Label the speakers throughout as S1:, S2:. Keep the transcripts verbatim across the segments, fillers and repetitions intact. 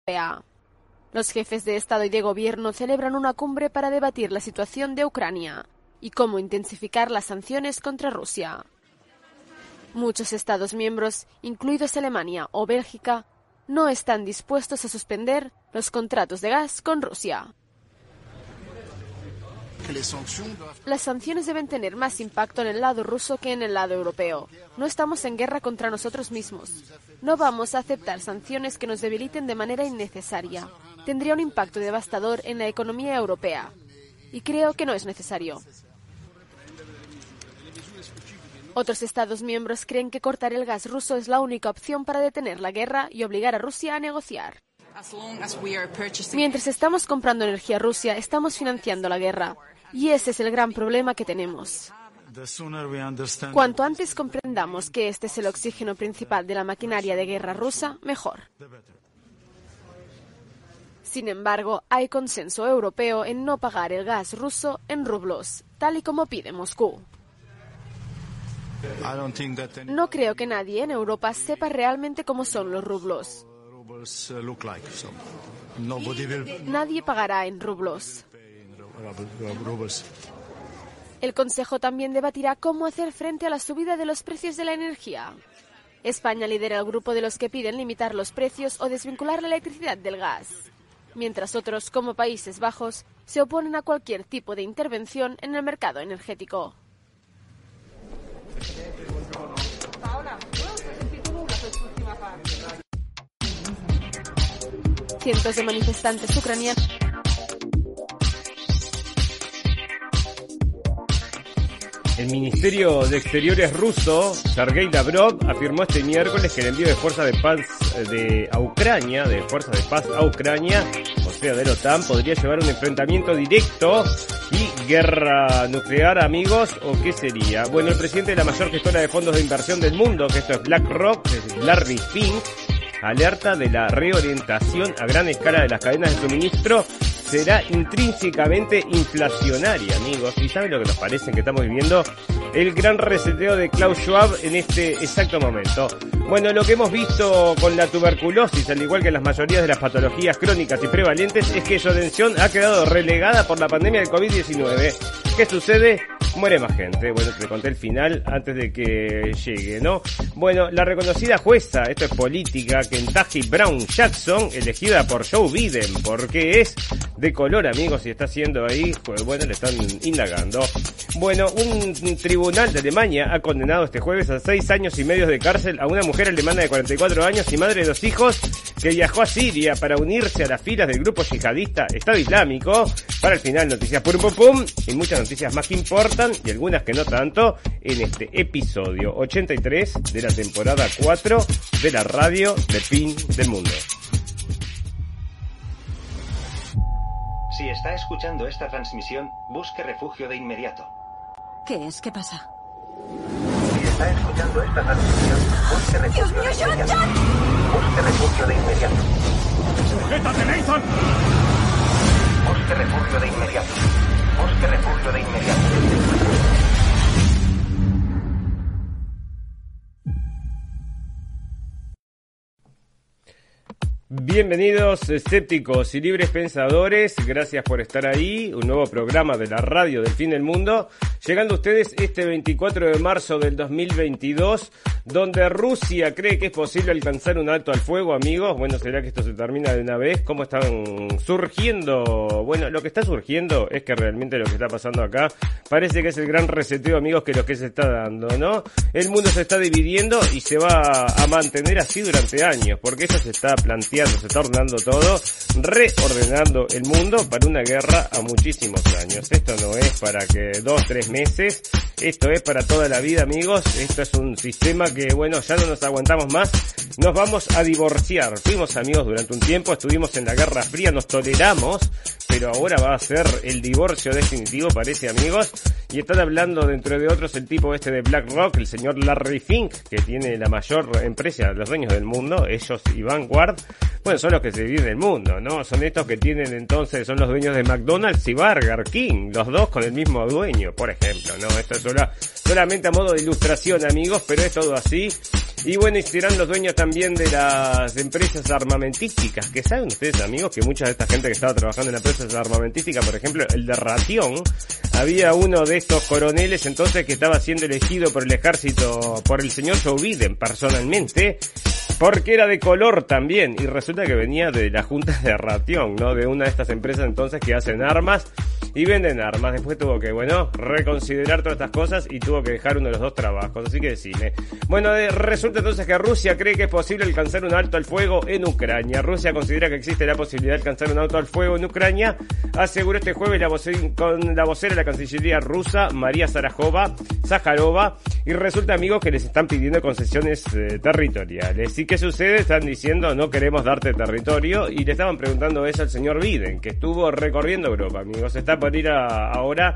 S1: Europea. Los jefes de Estado y de Gobierno celebran una cumbre para debatir la situación de Ucrania y cómo intensificar las sanciones contra Rusia. Muchos Estados miembros, incluidos Alemania o Bélgica, no están dispuestos a suspender los contratos de gas con Rusia. Las sanciones deben tener más impacto en el lado ruso que en el lado europeo. No estamos en guerra contra nosotros mismos. No vamos a aceptar sanciones que nos debiliten de manera innecesaria. Tendría un impacto devastador en la economía europea. Y creo que no es necesario. Otros Estados miembros creen que cortar el gas ruso es la única opción para detener la guerra y obligar a Rusia a negociar. Mientras estamos comprando energía a Rusia, estamos financiando la guerra. Y ese es el gran problema que tenemos. Cuanto antes comprendamos que este es el oxígeno principal de la maquinaria de guerra rusa, mejor. Sin embargo, hay consenso europeo en no pagar el gas ruso en rublos, tal y como pide Moscú. No creo que nadie en Europa sepa realmente cómo son los rublos. Nadie pagará en rublos. El Consejo también debatirá cómo hacer frente a la subida de los precios de la energía. España lidera el grupo de los que piden limitar los precios o desvincular la electricidad del gas, mientras otros, como Países Bajos, se oponen a cualquier tipo de intervención en el mercado energético. Cientos de manifestantes ucranianos
S2: El Ministerio de Exteriores ruso, Sergei Lavrov, afirmó este miércoles que el envío de fuerzas de paz de a Ucrania, de fuerzas de paz a Ucrania, o sea, de la OTAN, podría llevar a un enfrentamiento directo y guerra nuclear, amigos, ¿o qué sería? Bueno, el presidente de la mayor gestora de fondos de inversión del mundo, que esto es BlackRock, es Larry Fink, alerta de la reorientación a gran escala de las cadenas de suministro será intrínsecamente inflacionaria, amigos. ¿Y saben lo que nos parece que estamos viviendo? El gran reseteo de Klaus Schwab en este exacto momento. Bueno, lo que hemos visto con la tuberculosis, al igual que las mayorías de las patologías crónicas y prevalentes, es que su atención ha quedado relegada por la pandemia del covid diecinueve. ¿Qué sucede? Muere más gente. Bueno, te conté el final antes de que llegue, ¿no? Bueno, la reconocida jueza, esto es política, Kentucky Brown Jackson, elegida por Joe Biden, porque es de color, amigos, y está haciendo ahí, pues bueno, le están indagando. Bueno, un tribunal de Alemania ha condenado este jueves a seis años y medio de cárcel a una mujer alemana de cuarenta y cuatro años y madre de dos hijos que viajó a Siria para unirse a las filas del grupo yihadista Estado Islámico. Para el final, noticias pum pum pum y muchas noticias más que importan y algunas que no tanto en este episodio ochenta y tres de la temporada cuatro de la radio del fin del mundo.
S3: Si está escuchando esta transmisión, busque refugio de inmediato.
S4: ¿Qué es? ¿Qué pasa?
S3: Si está escuchando esta transmisión, busque refugio
S4: Dios mío,
S3: de
S4: John,
S3: inmediato.
S4: John.
S3: Busque refugio de inmediato.
S2: ¡Sujétate, Nathan!
S3: Busque refugio de inmediato. Busque refugio de inmediato.
S2: Bienvenidos escépticos y libres pensadores, gracias por estar ahí, un nuevo programa de la radio del fin del mundo, llegando a ustedes este veinticuatro de marzo del dos mil veintidós, donde Rusia cree que es posible alcanzar un alto al fuego, amigos. Bueno, ¿será que esto se termina de una vez? ¿Cómo están surgiendo? Bueno, lo que está surgiendo es que realmente lo que está pasando acá parece que es el gran reseteo, amigos, que lo que se está dando, ¿no? El mundo se está dividiendo y se va a mantener así durante años, porque eso se está planteando, se está ordenando todo, reordenando el mundo para una guerra a muchísimos años. Esto no es para que dos, tres meses, esto es para toda la vida, amigos. Esto es un sistema que, bueno, ya no nos aguantamos más, nos vamos a divorciar. Fuimos amigos durante un tiempo, estuvimos en la Guerra Fría, nos toleramos, pero ahora va a ser el divorcio definitivo, parece, amigos. Y están hablando, dentro de otros, el tipo este de BlackRock, el señor Larry Fink, que tiene la mayor empresa, los dueños del mundo, ellos y Vanguard. Bueno, son los que se dividen el mundo, ¿no? Son estos que tienen entonces, son los dueños de McDonald's y Burger King, los dos con el mismo dueño, por ejemplo, ¿no? Esto es sola, solamente a modo de ilustración, amigos, pero es todo así. Y bueno, y serán los dueños también de las empresas armamentísticas, que saben ustedes, amigos, que mucha de esta gente que estaba trabajando en las empresas armamentísticas, por ejemplo, el de Ratión, había uno de estos coroneles entonces que estaba siendo elegido por el ejército, por el señor Joe Biden personalmente, porque era de color también, y resulta que venía de la Junta de Ratión, ¿no? De una de estas empresas entonces que hacen armas y venden armas. Después tuvo que, bueno, reconsiderar todas estas cosas y tuvo que dejar uno de los dos trabajos, así que decime. Bueno, de, resulta entonces que Rusia cree que es posible alcanzar un alto al fuego en Ucrania. Rusia considera que existe la posibilidad de alcanzar un alto al fuego en Ucrania, aseguró este jueves la vocera, con la vocera de la Cancillería rusa, María Zarajova, Zaharova, y resulta, amigos, que les están pidiendo concesiones eh, territoriales. ¿Y qué sucede? Están diciendo, no queremos darte territorio, y le estaban preguntando eso al señor Biden, que estuvo recorriendo Europa, amigos. Está por ir a, ahora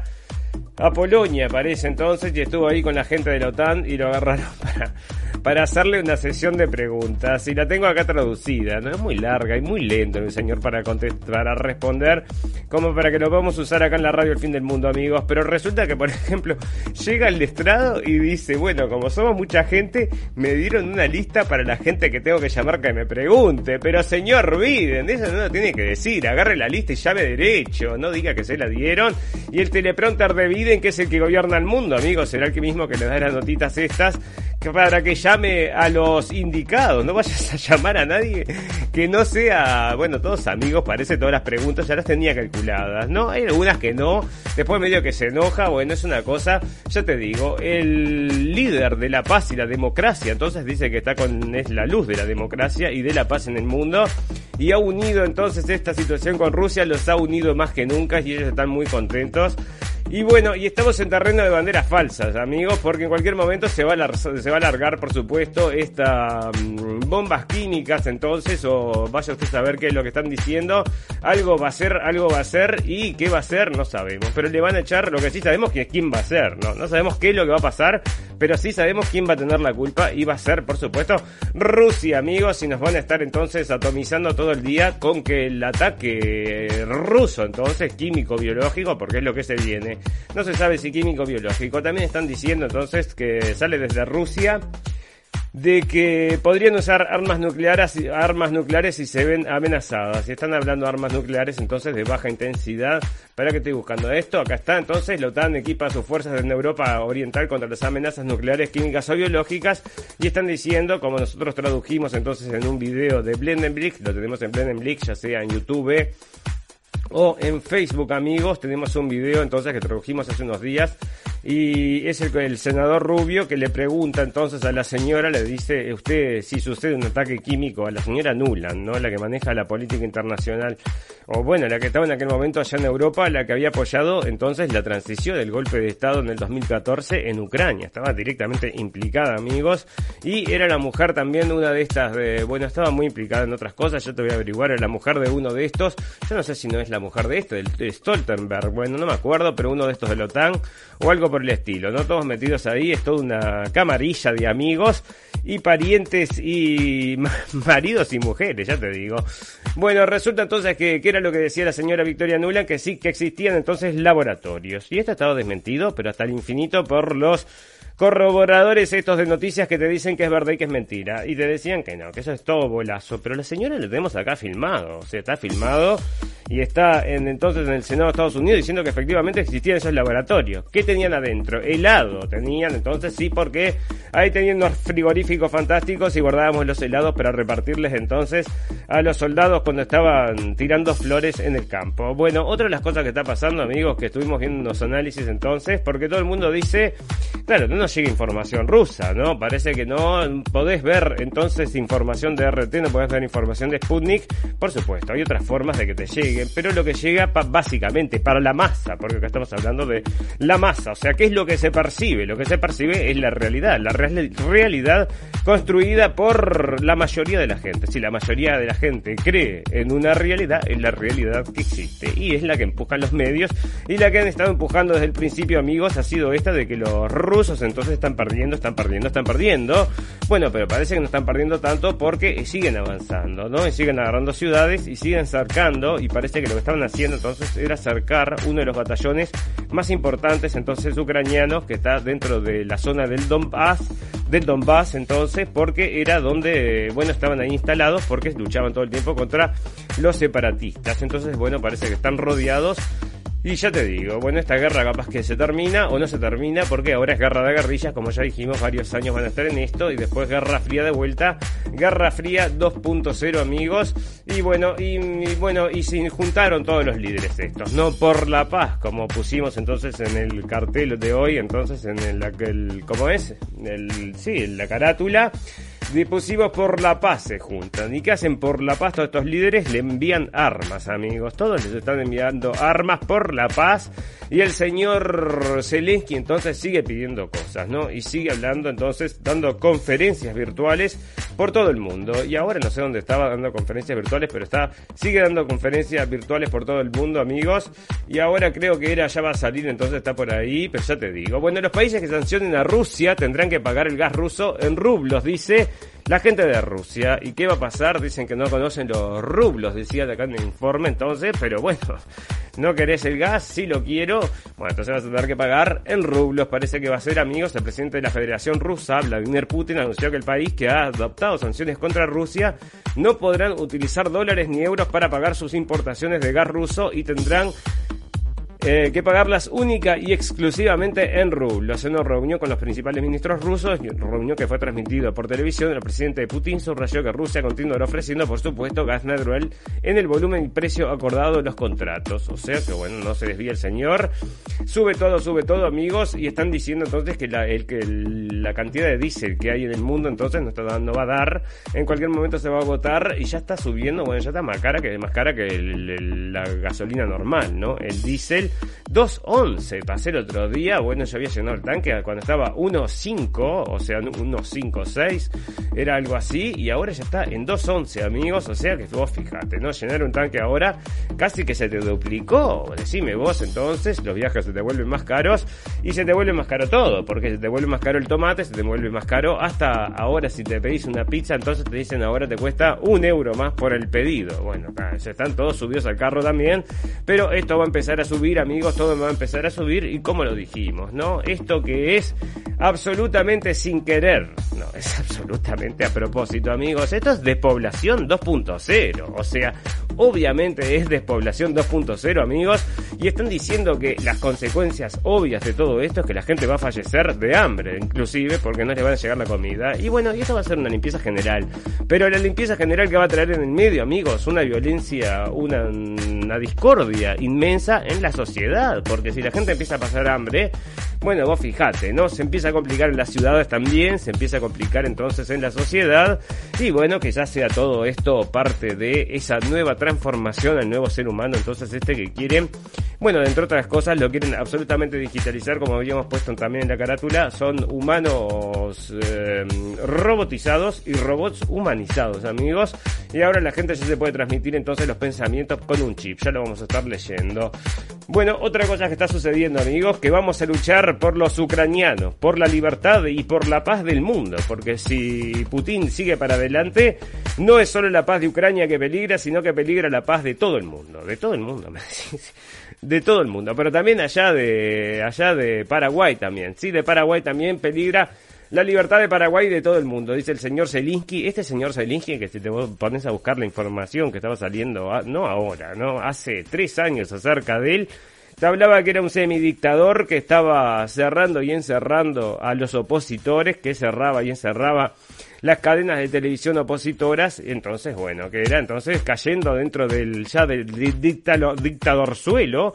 S2: a Polonia, parece entonces, y estuvo ahí con la gente de la OTAN y lo agarraron para, para hacerle una sesión de preguntas. Y la tengo acá traducida, no es muy larga y muy lento el señor para contestar, para responder, como para que lo podamos usar acá en la radio El Fin del Mundo, amigos. Pero resulta que, por ejemplo, llega el estrado y dice, bueno, como somos mucha gente, me dieron una lista para la gente que tengo que llamar que me pregunte. Pero señor Biden, eso no lo tiene que decir, agarre la lista y llame derecho, no diga que se la dieron. Y el teleprompter de Biden, que es el que gobierna el mundo, amigos, será el que mismo que le da las notitas estas, que para que llame a los indicados. No vayas a llamar a nadie que no sea, bueno, todos amigos, parece, todas las preguntas ya las tenía calculadas, ¿no? Hay algunas que no, después medio que se enoja, bueno, es una cosa, ya te digo, el líder de la paz y la democracia, entonces dice que está con, es la luz de la democracia y de la paz en el mundo, y ha unido entonces esta situación con Rusia, los ha unido más que nunca y ellos están muy contentos. Y bueno, y estamos en terreno de banderas falsas, amigos, porque en cualquier momento se va a, lar- se va a largar, por supuesto, esta um, bombas químicas, entonces, o vaya usted a saber qué es lo que están diciendo. Algo va a ser, algo va a ser, y qué va a ser, no sabemos. Pero le van a echar, lo que sí sabemos que es quién va a ser, ¿no? No sabemos qué es lo que va a pasar, pero sí sabemos quién va a tener la culpa, y va a ser, por supuesto, Rusia, amigos, y nos van a estar entonces atomizando todo el día con que el ataque ruso, entonces, químico-biológico, porque es lo que se viene. No se sabe si químico-biológico. También están diciendo entonces que sale desde Rusia de que podrían usar armas nucleares, armas nucleares si se ven amenazadas. Si están hablando de armas nucleares entonces de baja intensidad. ¿Para qué estoy buscando esto? Acá está entonces, la OTAN equipa a sus fuerzas en Europa Oriental contra las amenazas nucleares, químicas o biológicas, y están diciendo, como nosotros tradujimos entonces en un video de Blendenblick, lo tenemos en Blendenblick, ya sea en YouTube o en Facebook, amigos, tenemos un video entonces que tradujimos hace unos días, y es el, el senador Rubio que le pregunta entonces a la señora, le dice, usted, si sucede un ataque químico, a la señora Nuland, ¿no? La que maneja la política internacional, o bueno, la que estaba en aquel momento allá en Europa, la que había apoyado entonces la transición del golpe de Estado en el dos mil catorce en Ucrania, estaba directamente implicada, amigos, y era la mujer también, una de estas, de, bueno, estaba muy implicada en otras cosas, yo te voy a averiguar, era la mujer de uno de estos, yo no sé si no es la mujer de este, de Stoltenberg, bueno, no me acuerdo, pero uno de estos de la OTAN, o algo por el estilo, ¿no? Todos metidos ahí, es toda una camarilla de amigos y parientes y maridos y mujeres, ya te digo. Bueno, resulta entonces que, que era lo que decía la señora Victoria Nuland, que sí, que existían entonces laboratorios. Y esto ha estado desmentido, pero hasta el infinito, por los corroboradores estos de noticias que te dicen que es verdad y que es mentira, y te decían que no, que eso es todo bolazo, pero la señora lo tenemos acá filmado, o sea, está filmado y está en, entonces en el Senado de Estados Unidos diciendo que efectivamente existían esos laboratorios. ¿Qué tenían adentro? Helado tenían, entonces sí, porque ahí tenían unos frigoríficos fantásticos y guardábamos los helados para repartirles entonces a los soldados cuando estaban tirando flores en el campo. Bueno, otra de las cosas que está pasando, amigos, que estuvimos viendo unos análisis entonces, porque todo el mundo dice, claro, no nos llega información rusa, ¿no? Parece que no podés ver entonces información de R T, no podés ver información de Sputnik, por supuesto, hay otras formas de que te lleguen, pero lo que llega pa- básicamente para la masa, porque acá estamos hablando de la masa, o sea, ¿qué es lo que se percibe? Lo que se percibe es la realidad, la real- realidad construida por la mayoría de la gente. Si la mayoría de la gente cree en una realidad, es la realidad que existe, y es la que empujan los medios, y la que han estado empujando desde el principio, amigos, ha sido esta de que los rusos entonces están perdiendo, están perdiendo, están perdiendo. Bueno, pero parece que no están perdiendo tanto porque siguen avanzando, ¿no? Y siguen agarrando ciudades y siguen cercando, y parece parece que lo que estaban haciendo entonces era acercar uno de los batallones más importantes entonces ucranianos que está dentro de la zona del Donbass, del Donbass entonces, porque era donde, bueno, estaban ahí instalados porque luchaban todo el tiempo contra los separatistas. Entonces, bueno, parece que están rodeados. Y ya te digo, bueno, esta guerra capaz que se termina o no se termina, porque ahora es guerra de guerrillas, como ya dijimos, varios años van a estar en esto, y después guerra fría de vuelta, guerra fría dos punto cero, amigos. Y bueno, y, y bueno, y se juntaron todos los líderes estos, no por la paz, como pusimos entonces en el cartel de hoy, entonces en el, el ¿cómo es? El, sí, en la carátula. Pusimos por la paz se juntan. ¿Y qué hacen por la paz todos estos líderes? Le envían armas, amigos. Todos les están enviando armas por la paz. Y el señor Zelensky entonces sigue pidiendo cosas, ¿no? Y sigue hablando entonces, dando conferencias virtuales por todo el mundo. Y ahora no sé dónde estaba dando conferencias virtuales, pero está sigue dando conferencias virtuales por todo el mundo, amigos. Y ahora creo que era ya va a salir, entonces está por ahí, pero ya te digo. Bueno, los países que sancionen a Rusia tendrán que pagar el gas ruso en rublos, dice la gente de Rusia. ¿Y qué va a pasar? Dicen que no conocen los rublos, decía de acá en el informe, entonces, pero bueno, ¿no querés el gas? Sí lo quiero. Bueno, entonces vas a tener que pagar en rublos. Parece que va a ser, amigos, el presidente de la Federación Rusa, Vladimir Putin, anunció que el país que ha adoptado sanciones contra Rusia no podrán utilizar dólares ni euros para pagar sus importaciones de gas ruso y tendrán Eh, que pagarlas única y exclusivamente en rublos. En una reunión con los principales ministros rusos, reunión que fue transmitida por televisión, el presidente Putin subrayó que Rusia continuará ofreciendo, por supuesto, gas natural en el volumen y precio acordado de los contratos. O sea que, bueno, no se desvía el señor. Sube todo, sube todo, amigos, y están diciendo entonces que la, el, que el, la cantidad de diésel que hay en el mundo entonces no, está, no va a dar. En cualquier momento se va a agotar y ya está subiendo, bueno, ya está más cara que, más cara que el, el, la gasolina normal, ¿no? El diésel dos once pasé el otro día, bueno, yo había llenado el tanque cuando estaba uno cinco, o sea, uno cinco seis, era algo así, y ahora ya está en dos once, amigos, o sea que vos fíjate, ¿no? Llenar un tanque ahora casi que se te duplicó, decime vos entonces, los viajes se te vuelven más caros, y se te vuelve más caro todo, porque se te vuelve más caro el tomate, se te vuelve más caro, hasta ahora si te pedís una pizza, entonces te dicen ahora te cuesta un euro más por el pedido. Bueno, ya están todos subidos al carro también, pero esto va a empezar a subir, amigos, todo va a empezar a subir, y como lo dijimos, ¿no? Esto que es absolutamente sin querer, no, es absolutamente a propósito, amigos. Esto es despoblación dos punto cero, o sea, obviamente es despoblación dos punto cero, amigos, y están diciendo que las consecuencias obvias de todo esto es que la gente va a fallecer de hambre, inclusive porque no les va a llegar la comida, y bueno, y esto va a ser una limpieza general, pero la limpieza general que va a traer en el medio, amigos, una violencia, una, una discordia inmensa en la sociedad, porque si la gente empieza a pasar hambre, bueno, vos fijate, ¿no? Se empieza a complicar en las ciudades también, se empieza a complicar entonces en la sociedad, y bueno, que ya sea todo esto parte de esa nueva transformación al nuevo ser humano, entonces este que quieren, bueno, entre otras cosas, lo quieren absolutamente digitalizar, como habíamos puesto también en la carátula, son humanos eh, robotizados y robots humanizados, amigos, y ahora la gente ya se puede transmitir entonces los pensamientos con un chip, ya lo vamos a estar leyendo. Bueno, otra cosa que está sucediendo, amigos, que vamos a luchar por los ucranianos, por la libertad y por la paz del mundo, porque si Putin sigue para adelante, no es solo la paz de Ucrania que peligra, sino que peligra la paz de todo el mundo, de todo el mundo, me decís, de todo el mundo, pero también allá de, allá de Paraguay también, sí, de Paraguay también peligra la libertad de Paraguay y de todo el mundo, dice el señor Zelensky. Este señor Zelensky, que si te pones a buscar la información que estaba saliendo, a, no ahora, no, hace tres años acerca de él, te hablaba que era un semidictador que estaba cerrando y encerrando a los opositores, que cerraba y encerraba las cadenas de televisión opositoras, entonces, bueno, que era entonces cayendo dentro del ya del dictador, dictadorzuelo,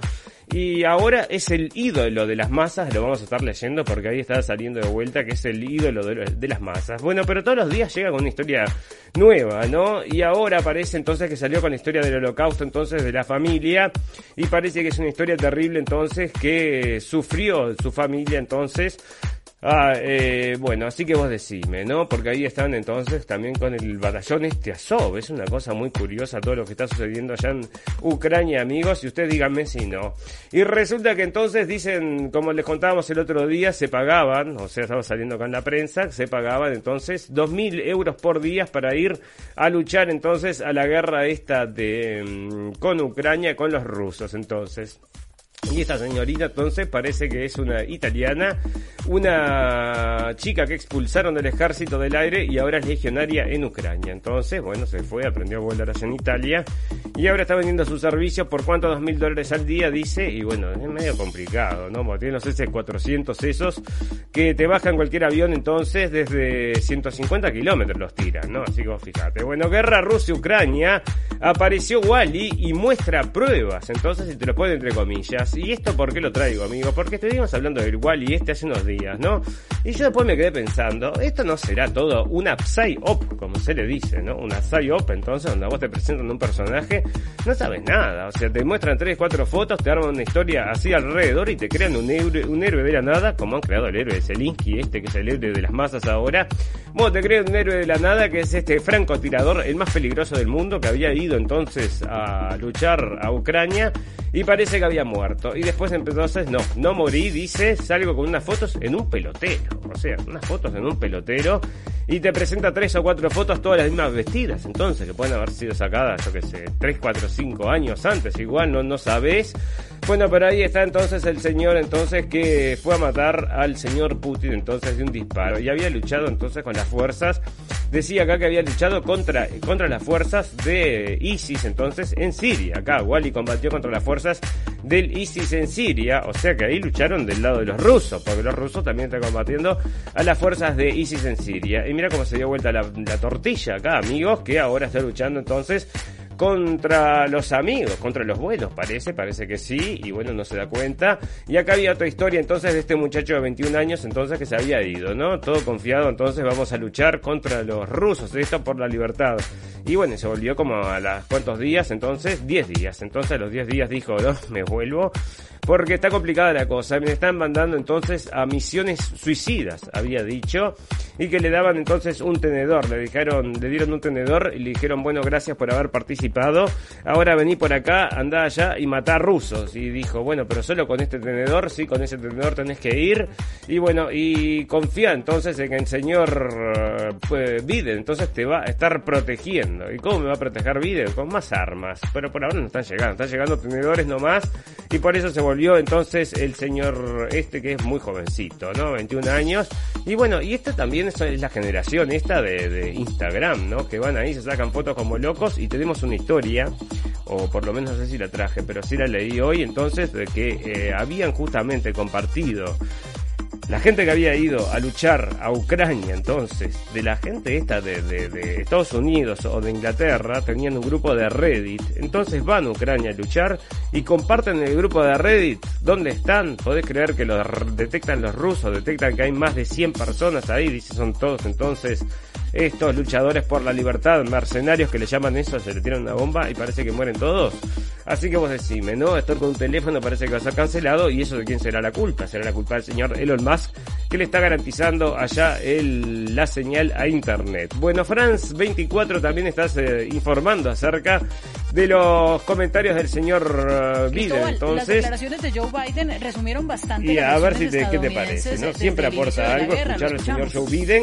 S2: y ahora es el ídolo de las masas, lo vamos a estar leyendo porque ahí está saliendo de vuelta que es el ídolo de, de las masas. Bueno, pero todos los días llega con una historia nueva, ¿no? Y ahora parece entonces que salió con la historia del holocausto, entonces, de la familia, y parece que es una historia terrible, entonces, que sufrió su familia, entonces, Ah, eh, bueno, así que vos decime, ¿no? Porque ahí están entonces también con el batallón este Azov. Es una cosa muy curiosa todo lo que está sucediendo allá en Ucrania, amigos, y ustedes díganme si no. Y resulta que entonces dicen, como les contábamos el otro día, se pagaban, o sea, estaba saliendo acá en la prensa, se pagaban entonces dos mil euros por día para ir a luchar entonces a la guerra esta de con Ucrania, con los rusos, entonces. Y esta señorita entonces parece que es una italiana, una chica que expulsaron del ejército del aire y ahora es legionaria en Ucrania. Entonces, bueno, se fue, aprendió a volar allá en Italia y ahora está vendiendo sus servicios por cuánto, dos mil dólares al día, dice, y bueno, es medio complicado, ¿no? Porque tiene los ese cuatrocientos esos que te bajan cualquier avión entonces desde ciento cincuenta kilómetros los tiran, ¿no? Así que vos fíjate. Bueno, guerra Rusia-Ucrania, apareció Wally y muestra pruebas, entonces, y te lo pone entre comillas. ¿Y esto por qué lo traigo, amigo? Porque estuvimos hablando del Wally este hace unos días, ¿no? Y yo después me quedé pensando, esto no será todo una psy-op, como se le dice, ¿no? Una psy-op, entonces, donde a vos te presentan un personaje, no sabes nada, o sea, te muestran tres, cuatro fotos, te arman una historia así alrededor y te crean un héroe, un héroe de la nada, como han creado el héroe de Zelensky, este que es el héroe de las masas ahora. Vos te creas un héroe de la nada, que es este francotirador, el más peligroso del mundo, que había ido entonces a luchar a Ucrania, y parece que había muerto. Y después entonces, no, no morí, dice, salgo con unas fotos en un pelotero. O sea, unas fotos en un pelotero. Y te presenta tres o cuatro fotos, todas las mismas vestidas. Entonces, que pueden haber sido sacadas, yo qué sé, tres, cuatro, cinco años antes. Igual, no, no sabés. Bueno, pero ahí está entonces el señor, entonces, que fue a matar al señor Putin, entonces, de un disparo. Y había luchado, entonces, con las fuerzas. Decía acá que había luchado contra, contra las fuerzas de ISIS, entonces, en Siria. Acá, Wally combatió contra las fuerzas del ISIS en Siria. O sea que ahí lucharon del lado de los rusos, porque los rusos también están combatiendo a las fuerzas de ISIS en Siria. Y mira cómo se dio vuelta la, la tortilla acá, amigos, que ahora está luchando entonces contra los amigos, contra los buenos, parece, parece que sí, y bueno, no se da cuenta. Y acá había otra historia entonces de este muchacho de veintiún años entonces que se había ido, ¿no? Todo confiado, entonces vamos a luchar contra los rusos, esto por la libertad. Y bueno, se volvió como a las cuantos días, entonces, diez días. Entonces a los diez días dijo, no, me vuelvo, porque está complicada la cosa. Me están mandando entonces a misiones suicidas, había dicho, y que le daban entonces un tenedor, le dijeron, le dieron un tenedor y le dijeron, bueno, gracias por haber participado. Ahora vení por acá, andá allá y matá rusos. Y dijo, bueno, pero solo con este tenedor, sí, con ese tenedor tenés que ir. Y bueno, y confía entonces en que el señor pues, Biden entonces te va a estar protegiendo. ¿Y cómo me va a proteger Biden? Con más armas. Pero por ahora no están llegando, están llegando tenedores nomás. Y por eso se volvió entonces el señor este que es muy jovencito, ¿no? veintiún años. Y bueno, y esta también es la generación esta de, de Instagram, ¿no? Que van ahí, se sacan fotos como locos y tenemos una historia, o por lo menos no sé si la traje, pero sí la leí hoy, entonces, de que eh, habían justamente compartido la gente que había ido a luchar a Ucrania, entonces, de la gente esta de, de, de Estados Unidos o de Inglaterra, tenían un grupo de Reddit, entonces van a Ucrania a luchar y comparten el grupo de Reddit. ¿Dónde están? Podés creer que los detectan los rusos, detectan que hay más de cien personas ahí, dice, son todos entonces estos luchadores por la libertad, mercenarios que le llaman eso, se le tiran una bomba y parece que mueren todos. Así que vos decime, ¿no? Estoy con un teléfono, parece que va a ser cancelado, y eso de quién será la culpa. Será la culpa del señor Elon Musk, que le está garantizando allá el, la señal a internet. Bueno, France veinticuatro también estás eh, informando acerca de los comentarios del señor uh, Biden, entonces.
S5: Las declaraciones de Joe Biden resumieron bastante.
S2: Y a ver si te, qué te parece, ¿no? Siempre aporta algo escuchar al señor Joe Biden.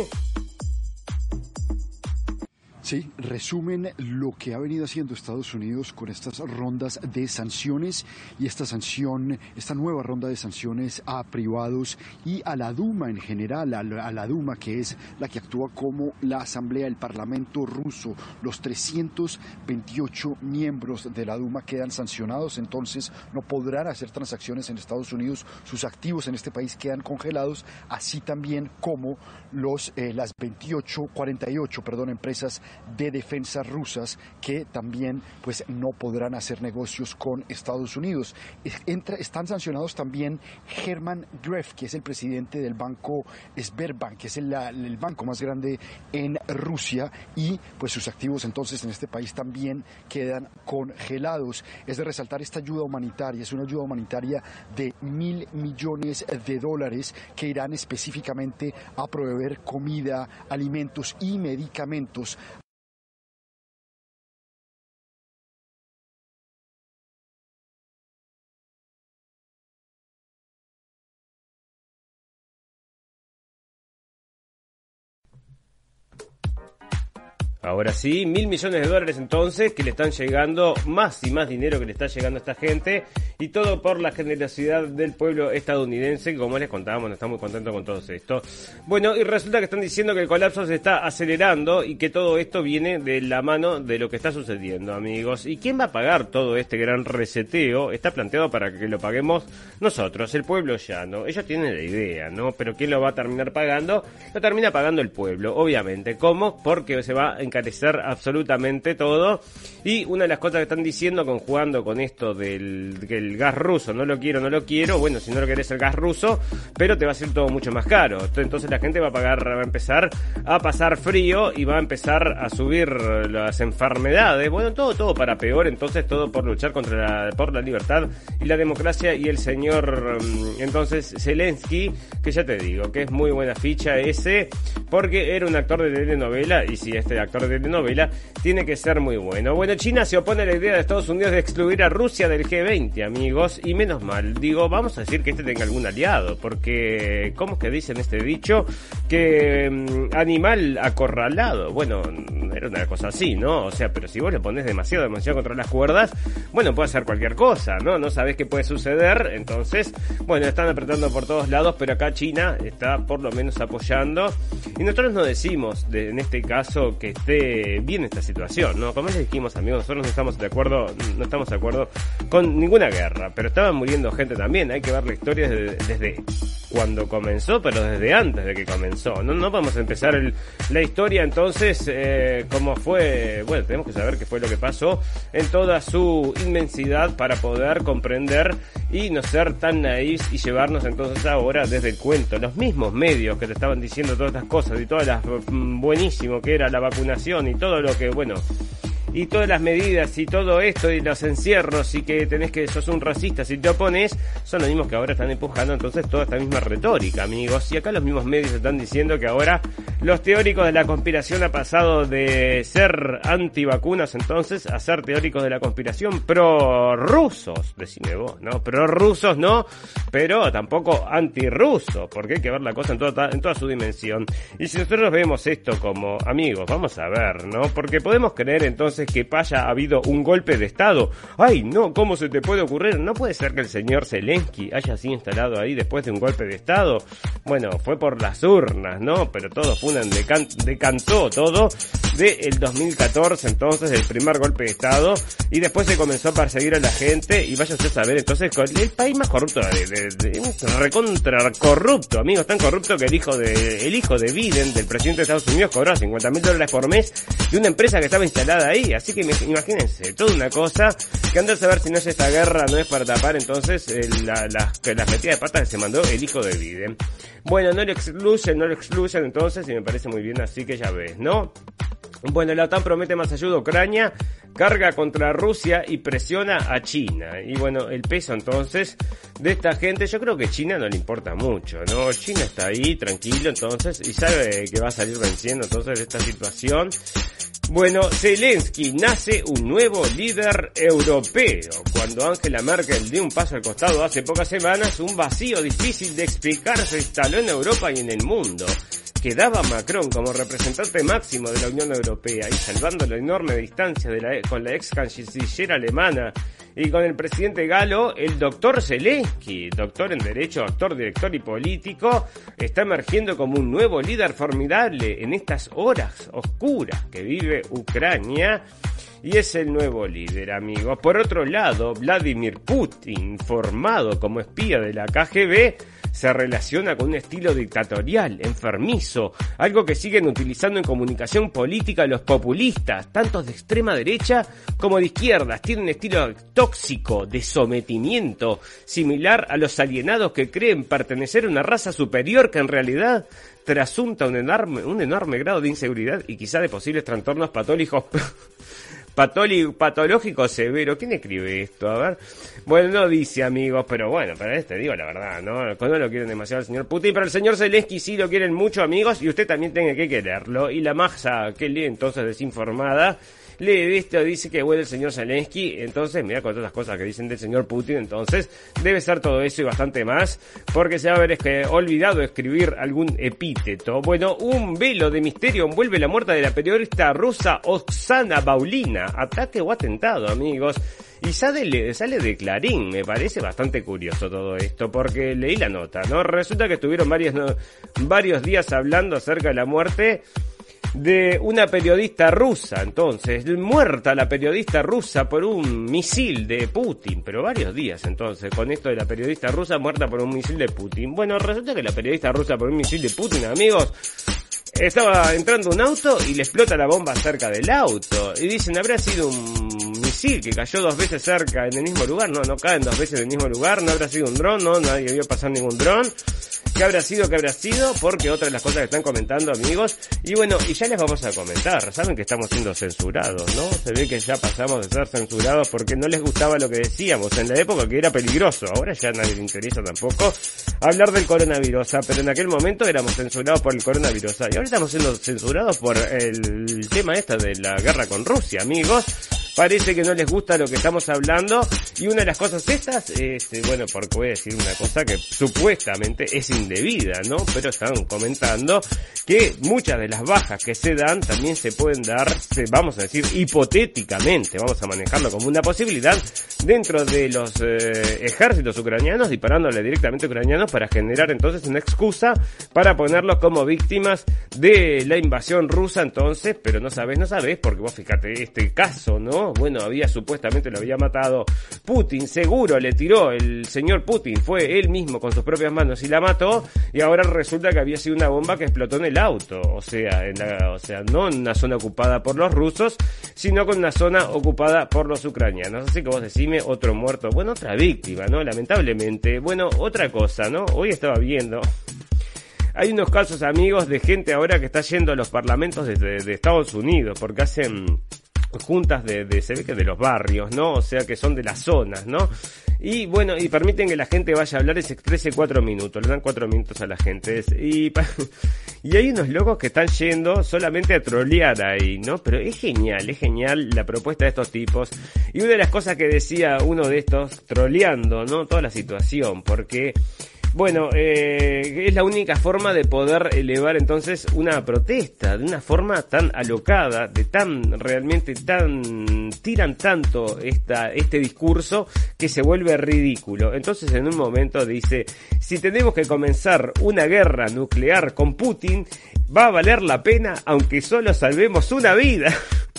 S6: Sí, resumen lo que ha venido haciendo Estados Unidos con estas rondas de sanciones y esta sanción, esta nueva ronda de sanciones a privados y a la Duma en general, a la, a la Duma que es la que actúa como la Asamblea, el Parlamento ruso. Los trescientos veintiocho miembros de la Duma quedan sancionados, entonces no podrán hacer transacciones en Estados Unidos, sus activos en este país quedan congelados, así también como los eh, las veintiocho, cuarenta y ocho, perdón, empresas de defensa rusas que también pues no podrán hacer negocios con Estados Unidos. Entra, están sancionados también Hermann Greff, que es el presidente del banco Sberbank, que es el, el banco más grande en Rusia, y pues sus activos entonces en este país también quedan congelados. Es de resaltar esta ayuda humanitaria, es una ayuda humanitaria de mil millones de dólares que irán específicamente a proveer comida, alimentos y medicamentos.
S2: Ahora sí, mil millones de dólares entonces que le están llegando, más y más dinero que le está llegando a esta gente, y todo por la generosidad del pueblo estadounidense, que como les contábamos, está muy contento con todo esto. Bueno, y resulta que están diciendo que el colapso se está acelerando y que todo esto viene de la mano de lo que está sucediendo, amigos. ¿Y quién va a pagar todo este gran reseteo? Está planteado para que lo paguemos nosotros, el pueblo llano. Ellos tienen la idea, ¿no? Pero ¿quién lo va a terminar pagando? Lo termina pagando el pueblo, obviamente. ¿Cómo? Porque se va a encarecer absolutamente todo. Y una de las cosas que están diciendo, conjugando con esto del que el gas ruso, no lo quiero, no lo quiero, bueno, si no lo querés el gas ruso, pero te va a ser todo mucho más caro. Entonces la gente va a pagar, va a empezar a pasar frío y va a empezar a subir las enfermedades. Bueno, todo, todo para peor. Entonces todo por luchar contra la, por la libertad y la democracia. Y el señor, entonces, Zelensky, que ya te digo, que es muy buena ficha ese, porque era un actor de telenovela, y si este actor de telenovela tiene que ser muy bueno. Bueno, China se opone a la idea de Estados Unidos de excluir a Rusia del G veinte, amigos, y menos mal. Digo, vamos a decir que este tenga algún aliado, porque ¿cómo es que dicen este dicho? Que um, animal acorralado. Bueno, era una cosa así, ¿no? O sea, pero si vos le pones demasiado, demasiado contra las cuerdas, bueno, puede hacer cualquier cosa, ¿no? No sabés qué puede suceder. Entonces, bueno, están apretando por todos lados, pero acá China está por lo menos apoyando. Y nosotros no decimos, de, en este caso, que esté bien esta situación, ¿no? Como les dijimos, amigos, nosotros no estamos de acuerdo, no estamos de acuerdo con ninguna guerra, pero estaban muriendo gente también. Hay que ver la historia desde, desde cuando comenzó, pero desde antes de que comenzó. No, no podemos empezar el, la historia entonces, eh, como fue, bueno, tenemos que saber qué fue lo que pasó en toda su inmensidad para poder comprender y no ser tan naíves y llevarnos entonces ahora desde el cuento. Los mismos medios que te estaban diciendo todas estas cosas y todas las, mm, buenísimo que era la vacunación y todo lo que, bueno, y todas las medidas y todo esto y los encierros y que tenés que sos un racista si te opones, son los mismos que ahora están empujando entonces toda esta misma retórica, amigos. Y acá los mismos medios están diciendo que ahora los teóricos de la conspiración ha pasado de ser antivacunas entonces a ser teóricos de la conspiración pro-rusos, decime vos, ¿no? Pro-rusos no, pero tampoco anti-rusos, porque hay que ver la cosa en toda, en toda su dimensión. Y si nosotros vemos esto como amigos, vamos a ver, ¿no? Porque podemos creer entonces que haya habido un golpe de Estado. ¡Ay, no! ¿Cómo se te puede ocurrir? No puede ser que el señor Zelensky haya sido instalado ahí después de un golpe de Estado. Bueno, fue por las urnas, ¿no? Pero todo fue un decan- decantó todo del dos mil catorce, entonces, del primer golpe de Estado, y después se comenzó a perseguir a la gente, y váyanse a saber, entonces, el país más corrupto, de, de, de, de recontra corrupto, amigos, tan corrupto que el hijo de, el hijo de Biden, del presidente de Estados Unidos, cobró cincuenta mil dólares por mes de una empresa que estaba instalada ahí. Así que imagínense, toda una cosa que andar a saber si no es esta guerra, no es para tapar entonces eh, la, la, las metidas de patas que se mandó el hijo de Biden. Bueno, no lo excluyen, no lo excluyen entonces, y me parece muy bien, así que ya ves, ¿no? Bueno, la OTAN promete más ayuda a Ucrania, carga contra Rusia y presiona a China. Y bueno, el peso entonces de esta gente, yo creo que China no le importa mucho, ¿no? China está ahí tranquilo entonces y sabe que va a salir venciendo entonces de esta situación. Bueno, Zelensky nace un nuevo líder europeo. Cuando Angela Merkel dio un paso al costado hace pocas semanas, un vacío difícil de explicar se instaló en Europa y en el mundo. Quedaba Macron como representante máximo de la Unión Europea y salvando la enorme distancia de la, con la ex canciller alemana y con el presidente galo, el doctor Zelensky, doctor en Derecho, actor, director y político, está emergiendo como un nuevo líder formidable en estas horas oscuras que vive Ucrania. Y es el nuevo líder, amigos. Por otro lado, Vladimir Putin, formado como espía de la K G B, se relaciona con un estilo dictatorial, enfermizo, algo que siguen utilizando en comunicación política los populistas, tanto de extrema derecha como de izquierdas. Tienen un estilo tóxico de sometimiento, similar a los alienados que creen pertenecer a una raza superior que en realidad trasunta un enorme, un enorme grado de inseguridad y quizá de posibles trastornos patológicos patológico severo. ¿Quién escribe esto? A ver. Bueno, no dice, amigos, pero bueno, para este digo la verdad, ¿no? No lo quieren demasiado al señor Putin, pero el señor Zelensky sí lo quieren mucho, amigos, y usted también tiene que quererlo. Y la masa que lee entonces desinformada lee esto, dice que huele el señor Zelensky, entonces mira con todas las cosas que dicen del señor Putin, entonces debe ser todo eso y bastante más, porque se va a haber es que olvidado escribir algún epíteto. Bueno, un velo de misterio envuelve la muerte de la periodista rusa Oksana Baulina, ataque o atentado, amigos. Y sale, sale de Clarín, me parece bastante curioso todo esto, porque leí la nota, ¿no? Resulta que estuvieron varios, no, varios días hablando acerca de la muerte de una periodista rusa, entonces, muerta la periodista rusa por un misil de Putin, pero varios días entonces, con esto de la periodista rusa muerta por un misil de Putin. Bueno, resulta que la periodista rusa por un misil de Putin, amigos, estaba entrando un auto y le explota la bomba cerca del auto, y dicen, ¿habrá sido un misil que cayó dos veces cerca en el mismo lugar? No, no caen dos veces en el mismo lugar, no habrá sido un dron, no, nadie vio pasar ningún dron. ¿Qué habrá sido? ¿Qué habrá sido? Porque otra de las cosas que están comentando, amigos, y bueno, y ya les vamos a comentar, saben que estamos siendo censurados, ¿no? Se ve que ya pasamos de ser censurados porque no les gustaba lo que decíamos en la época, que era peligroso. Ahora ya a nadie le interesa tampoco hablar del coronavirus, pero en aquel momento éramos censurados por el coronavirus, y ahora estamos siendo censurados por el tema esta de la guerra con Rusia, amigos. Parece que no les gusta lo que estamos hablando, y una de las cosas estas, este, bueno, porque voy a decir una cosa que supuestamente es indebida, ¿no? Pero están comentando que muchas de las bajas que se dan también se pueden dar, vamos a decir, hipotéticamente, vamos a manejarlo como una posibilidad, dentro de los eh, ejércitos ucranianos, disparándole directamente a ucranianos para generar entonces una excusa para ponerlos como víctimas de la invasión rusa, entonces, pero no sabés, no sabés, porque vos fíjate este caso, ¿no? Bueno, había supuestamente lo había matado Putin, seguro le tiró el señor Putin, fue él mismo con sus propias manos y la mató, y ahora resulta que había sido una bomba que explotó en el auto, o sea, en la, o sea, no en una zona ocupada por los rusos, sino con una zona ocupada por los ucranianos. Así que vos decime, otro muerto, bueno, otra víctima, ¿no? Lamentablemente. Bueno, otra cosa, ¿no? Hoy estaba viendo, hay unos casos, amigos, de gente ahora que está yendo a los parlamentos de, de, de Estados Unidos, porque hacen juntas de, de, se ve que de los barrios, ¿no? O sea que son de las zonas, ¿no? Y bueno, y permiten que la gente vaya a hablar y se exprese cuatro minutos, le dan cuatro minutos a la gente. Y, y hay unos locos que están yendo solamente a trolear ahí, ¿no? Pero es genial, es genial la propuesta de estos tipos. Y una de las cosas que decía uno de estos, troleando, ¿no? Toda la situación, porque bueno, eh, es la única forma de poder elevar entonces una protesta, de una forma tan alocada, de tan, realmente tan, tiran tanto esta, este discurso que se vuelve ridículo. Entonces en un momento dice, si tenemos que comenzar una guerra nuclear con Putin, va a valer la pena aunque solo salvemos una vida.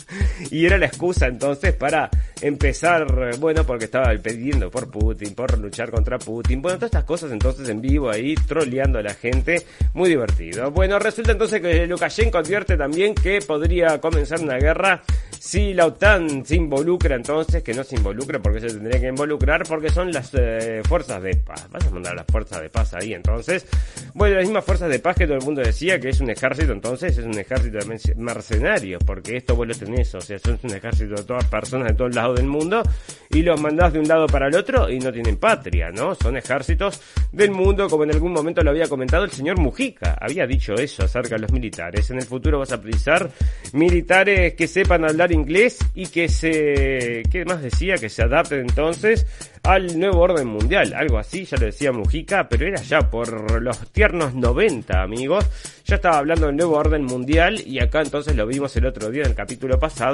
S2: Y era la excusa entonces para empezar, bueno, porque estaba pidiendo por Putin, por luchar contra Putin, bueno, todas estas cosas entonces en vivo ahí, troleando a la gente, muy divertido. Bueno, resulta entonces que Lukashenko advierte también que podría comenzar una guerra si la OTAN se involucra, entonces, que no se involucre porque se tendría que involucrar, porque son las eh, fuerzas de paz. Vas a mandar las fuerzas de paz ahí, entonces. Bueno, las mismas fuerzas de paz que todo el mundo decía que es un ejército, entonces, es un ejército de mercenarios, porque esto vos lo tenés, o sea, son un ejército de todas personas de todos lados del mundo, y los mandás de un lado para el otro y no tienen patria, ¿no? Son ejércitos del mundo, como en algún momento lo había comentado el señor Mujica, había dicho eso acerca de los militares. En el futuro vas a precisar militares que sepan hablar inglés y que se, ¿qué más decía? Que se adapten entonces al nuevo orden mundial, algo así, ya lo decía Mujica, pero era ya por los tiernos noventa, amigos, ya estaba hablando del nuevo orden mundial, y acá entonces lo vimos el otro día en el capítulo pasado,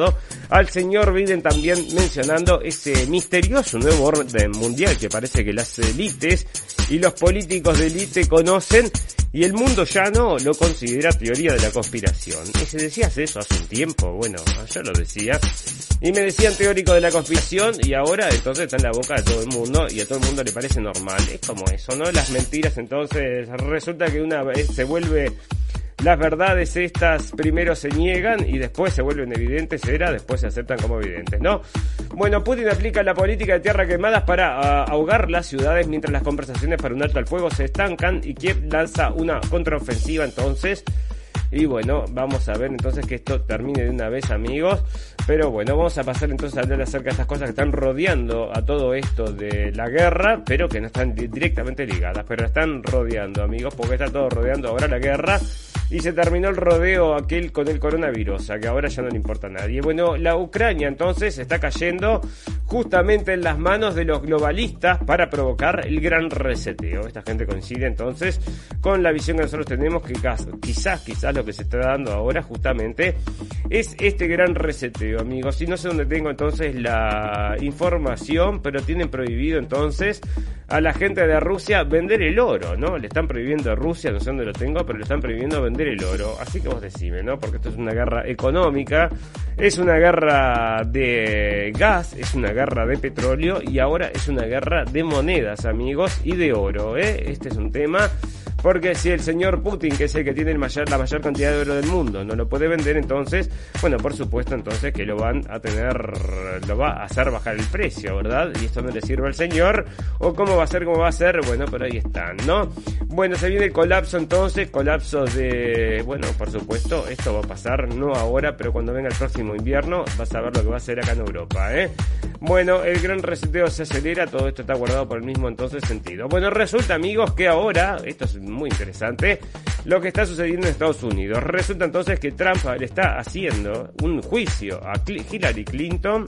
S2: escuchado al señor Biden también mencionando ese misterioso nuevo orden mundial que parece que las élites y los políticos de élite conocen y el mundo ya no lo considera teoría de la conspiración. Y si decías eso hace un tiempo, bueno, yo lo decía, y me decían teórico de la conspiración y ahora entonces está en la boca de todo el mundo y a todo el mundo le parece normal. Es como eso, ¿no? Las mentiras entonces resulta que una vez se vuelve... Las verdades estas primero se niegan y después se vuelven evidentes, era, después se aceptan como evidentes, ¿no? Bueno, Putin aplica la política de tierra quemadas para uh, ahogar las ciudades mientras las conversaciones para un alto al fuego se estancan y Kiev lanza una contraofensiva entonces. Y bueno, vamos a ver entonces que esto termine de una vez, amigos. Pero bueno, vamos a pasar entonces a hablar acerca de estas cosas que están rodeando a todo esto de la guerra, pero que no están directamente ligadas, pero están rodeando, amigos, porque está todo rodeando ahora la guerra. Y se terminó el rodeo aquel con el coronavirus, a que ahora ya no le importa a nadie. Bueno, la Ucrania entonces está cayendo justamente en las manos de los globalistas para provocar el gran reseteo. Esta gente coincide entonces con la visión que nosotros tenemos, que quizás, quizás lo que se está dando ahora justamente es este gran reseteo, amigos. Y no sé dónde tengo entonces la información, pero tienen prohibido entonces a la gente de Rusia vender el oro, ¿no? Le están prohibiendo a Rusia, no sé dónde lo tengo, pero le están prohibiendo vender el oro. Así que vos decime, ¿no? Porque esto es una guerra económica, es una guerra de gas, es una guerra de petróleo y ahora es una guerra de monedas, amigos, y de oro, ¿eh? Este es un tema... Porque si el señor Putin, que es el que tiene el mayor, la mayor cantidad de oro del mundo, no lo puede vender, entonces, bueno, por supuesto, entonces que lo van a tener, lo va a hacer bajar el precio, ¿verdad? Y esto no le sirve al señor, o cómo va a ser, cómo va a ser, bueno, pero ahí están, ¿no? Bueno, se viene el colapso entonces, colapso de, bueno, por supuesto, esto va a pasar, no ahora, pero cuando venga el próximo invierno, vas a ver lo que va a hacer acá en Europa, ¿eh? Bueno, el gran reseteo se acelera, todo esto está guardado por el mismo entonces sentido. Bueno, resulta, amigos, que ahora, esto es muy interesante, lo que está sucediendo en Estados Unidos. Resulta entonces que Trump le está haciendo un juicio a Hillary Clinton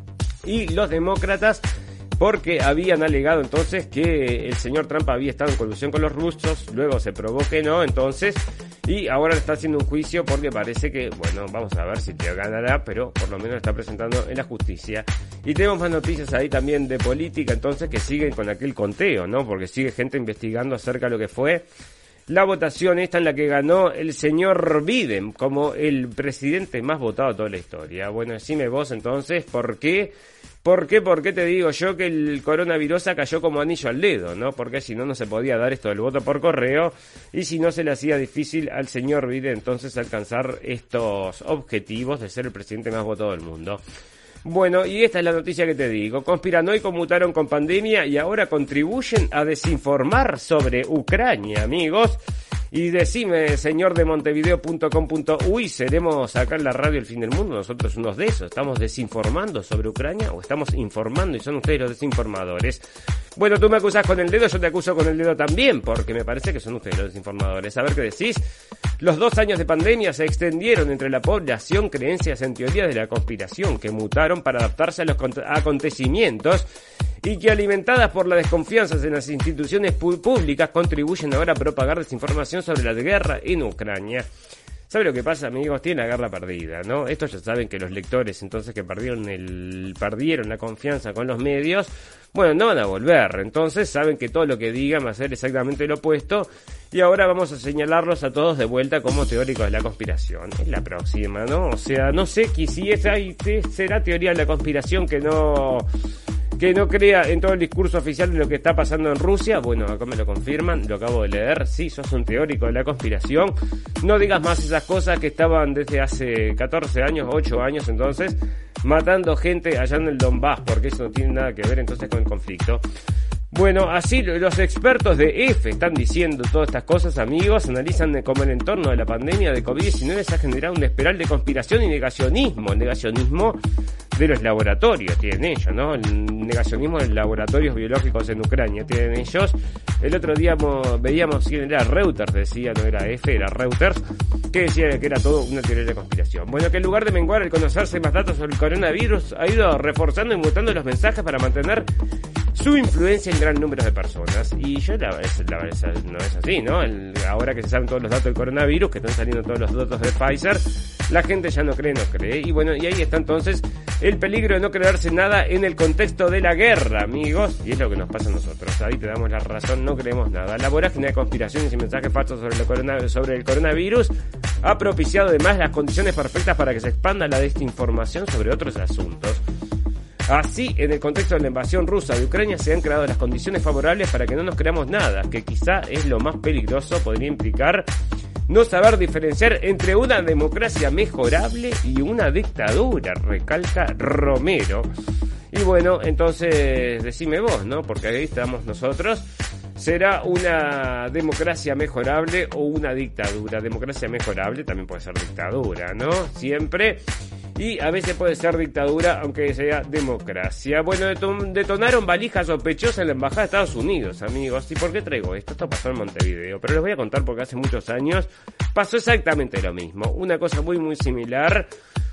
S2: y los demócratas porque habían alegado entonces que el señor Trump había estado en colusión con los rusos, luego se probó que no, entonces, y ahora le está haciendo un juicio porque parece que, bueno, vamos a ver si te ganará, pero por lo menos lo está presentando en la justicia. Y tenemos más noticias ahí también de política, entonces, que siguen con aquel conteo, ¿no? Porque sigue gente investigando acerca de lo que fue la votación esta en la que ganó el señor Biden como el presidente más votado de toda la historia. Bueno, decime vos entonces, ¿por qué? ¿Por qué? ¿Por qué te digo yo que el coronavirus cayó como anillo al dedo, ¿no? Porque si no, no se podía dar esto del voto por correo y si no se le hacía difícil al señor Biden entonces alcanzar estos objetivos de ser el presidente más votado del mundo. Bueno, y esta es la noticia que te digo. Conspiranoicos mutaron con pandemia y ahora contribuyen a desinformar sobre Ucrania, amigos. Y decime, señor de montevideo punto com punto uy, ¿seremos acá en la radio El Fin del Mundo nosotros unos de esos? ¿Estamos desinformando sobre Ucrania o estamos informando y son ustedes los desinformadores? Bueno, tú me acusas con el dedo, yo te acuso con el dedo también, porque me parece que son ustedes los desinformadores. A ver qué decís. Los dos años de pandemia se extendieron entre la población creencias en teorías de la conspiración que mutaron para adaptarse a los acontecimientos y que, alimentadas por la desconfianza en las instituciones públicas, contribuyen ahora a propagar desinformación sobre la guerra en Ucrania. ¿Sabe lo que pasa, amigos? Tiene la guerra perdida, ¿no? Estos ya saben que los lectores, entonces, que perdieron el perdieron la confianza con los medios, bueno, no van a volver. Entonces saben que todo lo que digan va a ser exactamente lo opuesto y ahora vamos a señalarlos a todos de vuelta como teóricos de la conspiración. Es la próxima, ¿no? O sea, no sé si esa será teoría de la conspiración que no... que no crea en todo el discurso oficial de lo que está pasando en Rusia. Bueno, acá me lo confirman, lo acabo de leer. Sí, sos un teórico de la conspiración. No digas más esas cosas que estaban desde hace catorce años, ocho años entonces, matando gente allá en el Donbass, porque eso no tiene nada que ver entonces con el conflicto. Bueno, así los expertos de EFE están diciendo todas estas cosas, amigos. Analizan cómo el entorno de la pandemia de covid diecinueve se ha generado un espiral de conspiración y negacionismo. El negacionismo de los laboratorios tienen ellos, ¿no? El negacionismo de los laboratorios biológicos en Ucrania tienen ellos. El otro día veíamos quién era, Reuters decía, no era EFE, era Reuters, que decía que era todo una teoría de conspiración. Bueno, que en lugar de menguar el conocerse más datos sobre el coronavirus, ha ido reforzando y mutando los mensajes para mantener su influencia en gran número de personas. Y yo la verdad no es así, ¿no? El, ahora que se saben todos los datos del coronavirus, que están saliendo todos los datos de Pfizer, la gente ya no cree, no cree. Y bueno, y ahí está entonces el peligro de no creerse nada en el contexto de la guerra, amigos. Y es lo que nos pasa a nosotros. Ahí te damos la razón, no creemos nada. La vorágine de conspiraciones y mensajes falsos sobre el, corona, sobre el coronavirus ha propiciado además las condiciones perfectas para que se expanda la desinformación sobre otros asuntos. Así, en el contexto de la invasión rusa de Ucrania se han creado las condiciones favorables para que no nos creamos nada, que quizá es lo más peligroso, podría implicar no saber diferenciar entre una democracia mejorable y una dictadura, recalca Romero. Y bueno, entonces decime vos, ¿no? Porque ahí estamos nosotros. ¿Será una democracia mejorable o una dictadura? Democracia mejorable también puede ser dictadura, ¿no? Siempre. Y a veces puede ser dictadura, aunque sea democracia. Bueno, detonaron valijas sospechosas en la embajada de Estados Unidos, amigos. ¿Y por qué traigo esto? Esto pasó en Montevideo, pero les voy a contar porque hace muchos años pasó exactamente lo mismo. Una cosa muy, muy similar.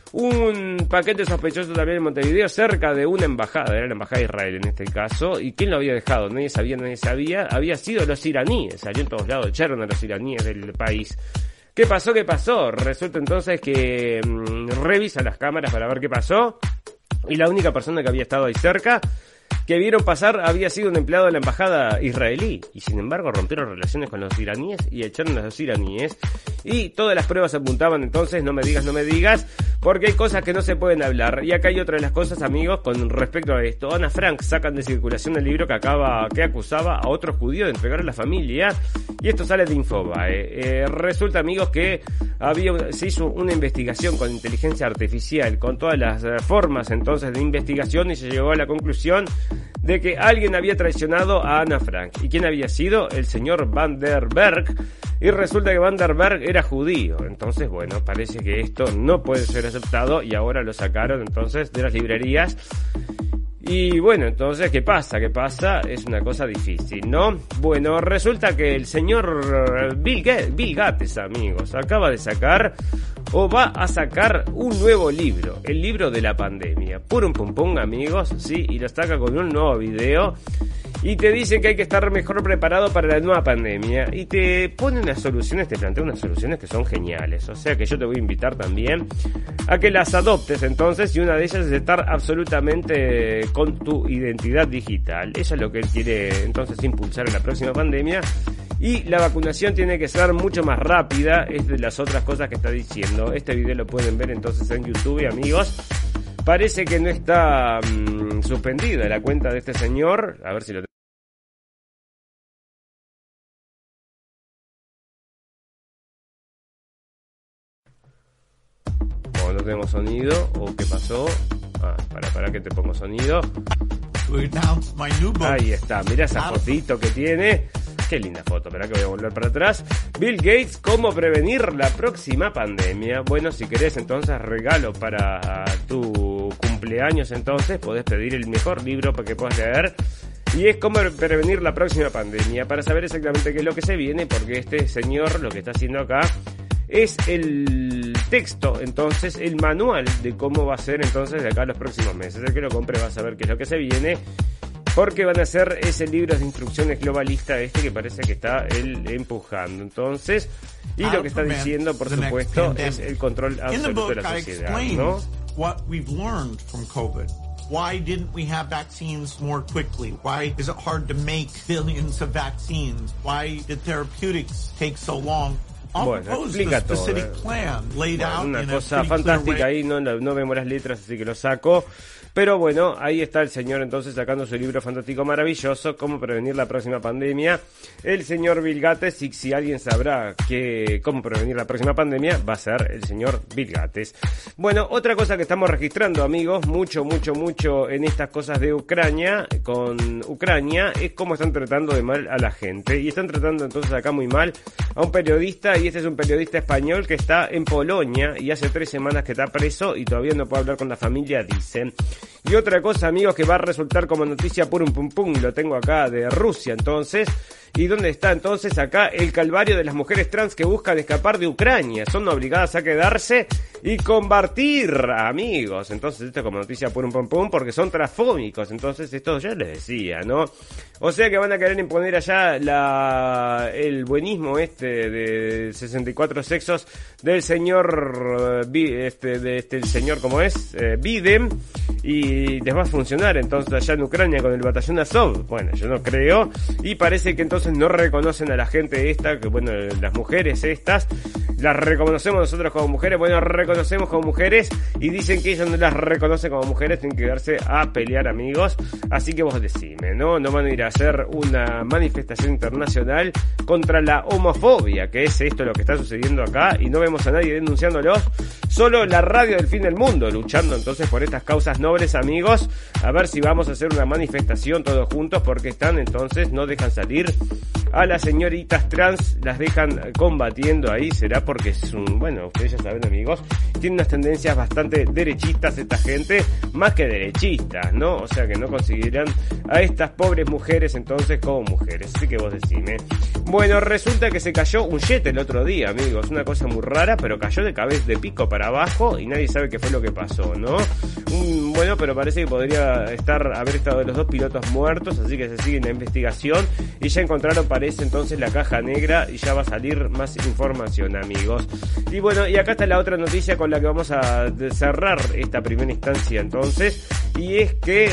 S2: Un paquete sospechoso también en Montevideo, cerca de una embajada, era la embajada de Israel en este caso. ¿Y quién lo había dejado? Nadie sabía, nadie sabía. Había sido los iraníes, salió en todos lados, echaron a los iraníes del país. ¿Qué pasó? ¿Qué pasó? Resulta entonces que mmm, revisa las cámaras para ver qué pasó. Y la única persona que había estado ahí cerca, que vieron pasar, había sido un empleado de la embajada israelí. Y sin embargo rompieron relaciones con los iraníes y echaron a los iraníes. Y todas las pruebas apuntaban entonces, no me digas, no me digas, porque hay cosas que no se pueden hablar. Y acá hay otra de las cosas, amigos, con respecto a esto. Ana Frank sacan de circulación el libro que acaba, que acusaba a otro judío de entregar a la familia. Y esto sale de Infobae. Eh, resulta, amigos, que había, se hizo una investigación con inteligencia artificial, con todas las eh, formas entonces de investigación, y se llegó a la conclusión de que alguien había traicionado a Ana Frank. ¿Y quién había sido? El señor Van der Berg. Y resulta que Van der Berg era judío. Entonces, bueno, parece que esto no puede ser aceptado y ahora lo sacaron entonces de las librerías. Y bueno, entonces, ¿qué pasa? ¿Qué pasa? Es una cosa difícil, ¿no? Bueno, resulta que el señor Bill Gates, Bill Gates, amigos, acaba de sacar o va a sacar un nuevo libro, el libro de la pandemia. Purum pum pum, amigos, sí, y lo saca con un nuevo video. Y te dicen que hay que estar mejor preparado para la nueva pandemia. Y te pone unas soluciones, te plantea unas soluciones que son geniales. O sea que yo te voy a invitar también a que las adoptes entonces. Y una de ellas es estar absolutamente con tu identidad digital. Eso es lo que él quiere entonces impulsar en la próxima pandemia. Y la vacunación tiene que ser mucho más rápida. Es de las otras cosas que está diciendo. Este video lo pueden ver entonces en YouTube, amigos. Parece que no está mmm, suspendida la cuenta de este señor. A ver si lo tengo. No tenemos sonido, o qué pasó. Ah, para, para que te pongo sonido. Ahí está, mira esa fotito que tiene. Qué linda foto, espera que voy a volver para atrás. Bill Gates, ¿cómo prevenir la próxima pandemia? Bueno, si querés entonces regalo para tu cumpleaños, entonces podés pedir el mejor libro para que puedas leer. Y es cómo prevenir la próxima pandemia, para saber exactamente qué es lo que se viene, porque este señor lo que está haciendo acá es el texto, entonces, el manual de cómo va a ser entonces de acá a los próximos meses. El que lo compre va a saber qué es lo que se viene, porque van a hacer ese libro de instrucciones globalista este que parece que está él empujando. Entonces, y lo que está diciendo, por supuesto, es el control absoluto de la sociedad, ¿no?
S7: What we've learned from COVID. Why didn't we have vaccines more quickly? Why is it hard to make billions of vaccines? Why did therapeutics take so long?
S2: Bueno, explica todo, ¿eh? Bueno, una cosa fantástica ahí, no, no vemos las letras, así que lo saco. Pero bueno, ahí está el señor entonces sacando su libro fantástico maravilloso, Cómo prevenir la próxima pandemia. El señor Bill Gates, y si alguien sabrá que cómo prevenir la próxima pandemia, va a ser el señor Bill Gates. Bueno, otra cosa que estamos registrando, amigos, mucho, mucho, mucho en estas cosas de Ucrania, con Ucrania, es cómo están tratando de mal a la gente. Y están tratando entonces acá muy mal a un periodista, y este es un periodista español que está en Polonia y hace tres semanas que está preso y todavía no puede hablar con la familia, dicen. Y otra cosa, amigos, que va a resultar como noticia por un pum pum, lo tengo acá de Rusia, entonces. ¿Y dónde está entonces acá el calvario de las mujeres trans que buscan escapar de Ucrania? Son obligadas a quedarse y combatir, amigos. Entonces esto es como noticia por un pum pum porque son transfóbicos. Entonces esto ya les decía, ¿no? O sea que van a querer imponer allá la el buenismo este de sesenta y cuatro sexos del señor este de este el señor como es eh, Biden, y les va a funcionar entonces allá en Ucrania con el batallón Azov. Bueno, yo no creo, y parece que entonces no reconocen a la gente esta, que bueno, las mujeres estas las reconocemos nosotros como mujeres, bueno, reconocemos como mujeres, y dicen que ellos no las reconocen como mujeres, tienen que quedarse a pelear, amigos. Así que vos decime, ¿no? No van a ir a hacer una manifestación internacional contra la homofobia, que es esto lo que está sucediendo acá, y no vemos a nadie denunciándolos, solo la radio del fin del mundo luchando entonces por estas causas nobles, amigos. A ver si vamos a hacer una manifestación todos juntos, porque están entonces, no dejan salir a las señoritas trans, las dejan combatiendo ahí. Será porque es un, bueno, ustedes ya saben, amigos, tienen unas tendencias bastante derechistas esta gente, más que derechistas, ¿no? O sea que no consideran a estas pobres mujeres entonces como mujeres, así que vos decime. Bueno, resulta que se cayó un jet el otro día, amigos, una cosa muy rara, pero cayó de cabeza de pico para abajo y nadie sabe qué fue lo que pasó, ¿no? Un, bueno, pero parece que podría estar, haber estado los dos pilotos muertos, así que se sigue la investigación y ya encontraron, parece entonces, la caja negra, y ya va a salir más información, amigos. Y bueno, y acá está la otra noticia con la que vamos a cerrar esta primera instancia entonces, y es que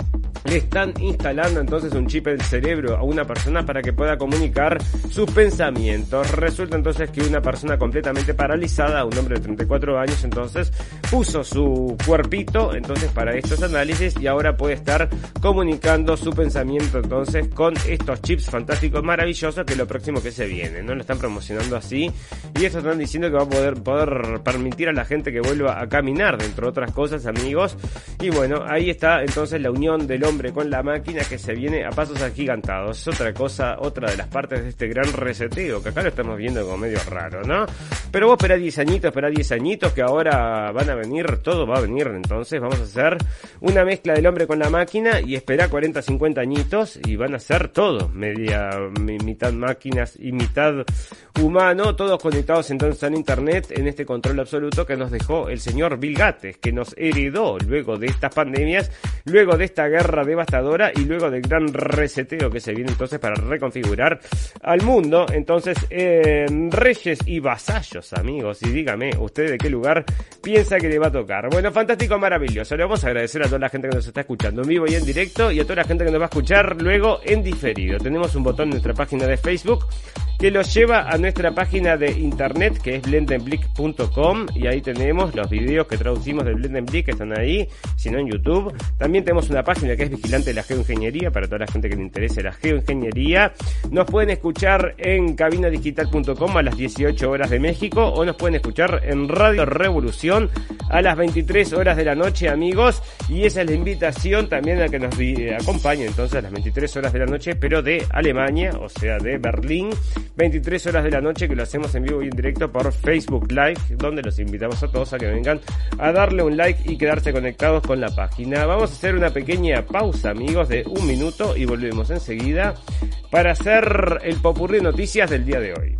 S2: le están instalando entonces un chip en el cerebro a una persona para que pueda comunicar sus pensamientos. Resulta entonces que una persona completamente paralizada, un hombre de treinta y cuatro años, entonces puso su cuerpito entonces para estos análisis, y ahora puede estar comunicando su pensamiento entonces con estos chips fantásticos, maravillosos, que es lo próximo que se viene, ¿no? Lo están promocionando así, y esto están diciendo que va a poder, poder permitir a la gente que vuelva a caminar, dentro de otras cosas, amigos. Y bueno, ahí está entonces la unión del hombre con la máquina, que se viene a pasos agigantados. Es otra cosa, otra de las partes de este gran reseteo, que acá lo estamos viendo como medio raro, ¿no? Pero vos esperá diez añitos, esperá diez añitos, que ahora van a venir, todo va a venir, entonces vamos a hacer una mezcla del hombre con la máquina, y esperá cuarenta, cincuenta añitos, y van a ser todo, media, mitad máquinas y mitad humano, todos conectados entonces a internet, en este control absoluto que nos dejó el señor Bill Gates, que nos heredó luego de estas pandemias, luego de esta guerra devastadora, y luego del gran reseteo que se viene entonces para reconfigurar al mundo. Entonces, eh, reyes y vasallos, amigos, y dígame usted de qué lugar piensa que le va a tocar. Bueno, fantástico, maravilloso. Le vamos a agradecer a toda la gente que nos está escuchando en vivo y en directo, y a toda la gente que nos va a escuchar luego en diferido. Tenemos un botón en nuestra página de Facebook que los lleva a nuestra página de internet, que es blendenblick punto com, y ahí tenemos los videos que traducimos del Blendenblick, que están ahí, si no en YouTube. También tenemos una página que es Vigilante de la Geoingeniería, para toda la gente que le interese la geoingeniería. Nos pueden escuchar en cabina digital punto com a las dieciocho horas de México, o nos pueden escuchar en Radio Revolución a las veintitrés horas de la noche, amigos, y esa es la invitación también a que nos acompañen entonces a las veintitrés horas de la noche, pero de Alemania, o sea de Berlín, veintitrés horas de la noche, que lo hacemos en vivo y en directo por Facebook Live, donde los invitamos a todos a que vengan a darle un like y quedarse conectados con la página. Vamos a hacer una pequeña pausa, amigos, de un minuto, y volvemos enseguida para hacer el popurrí de noticias del día de hoy.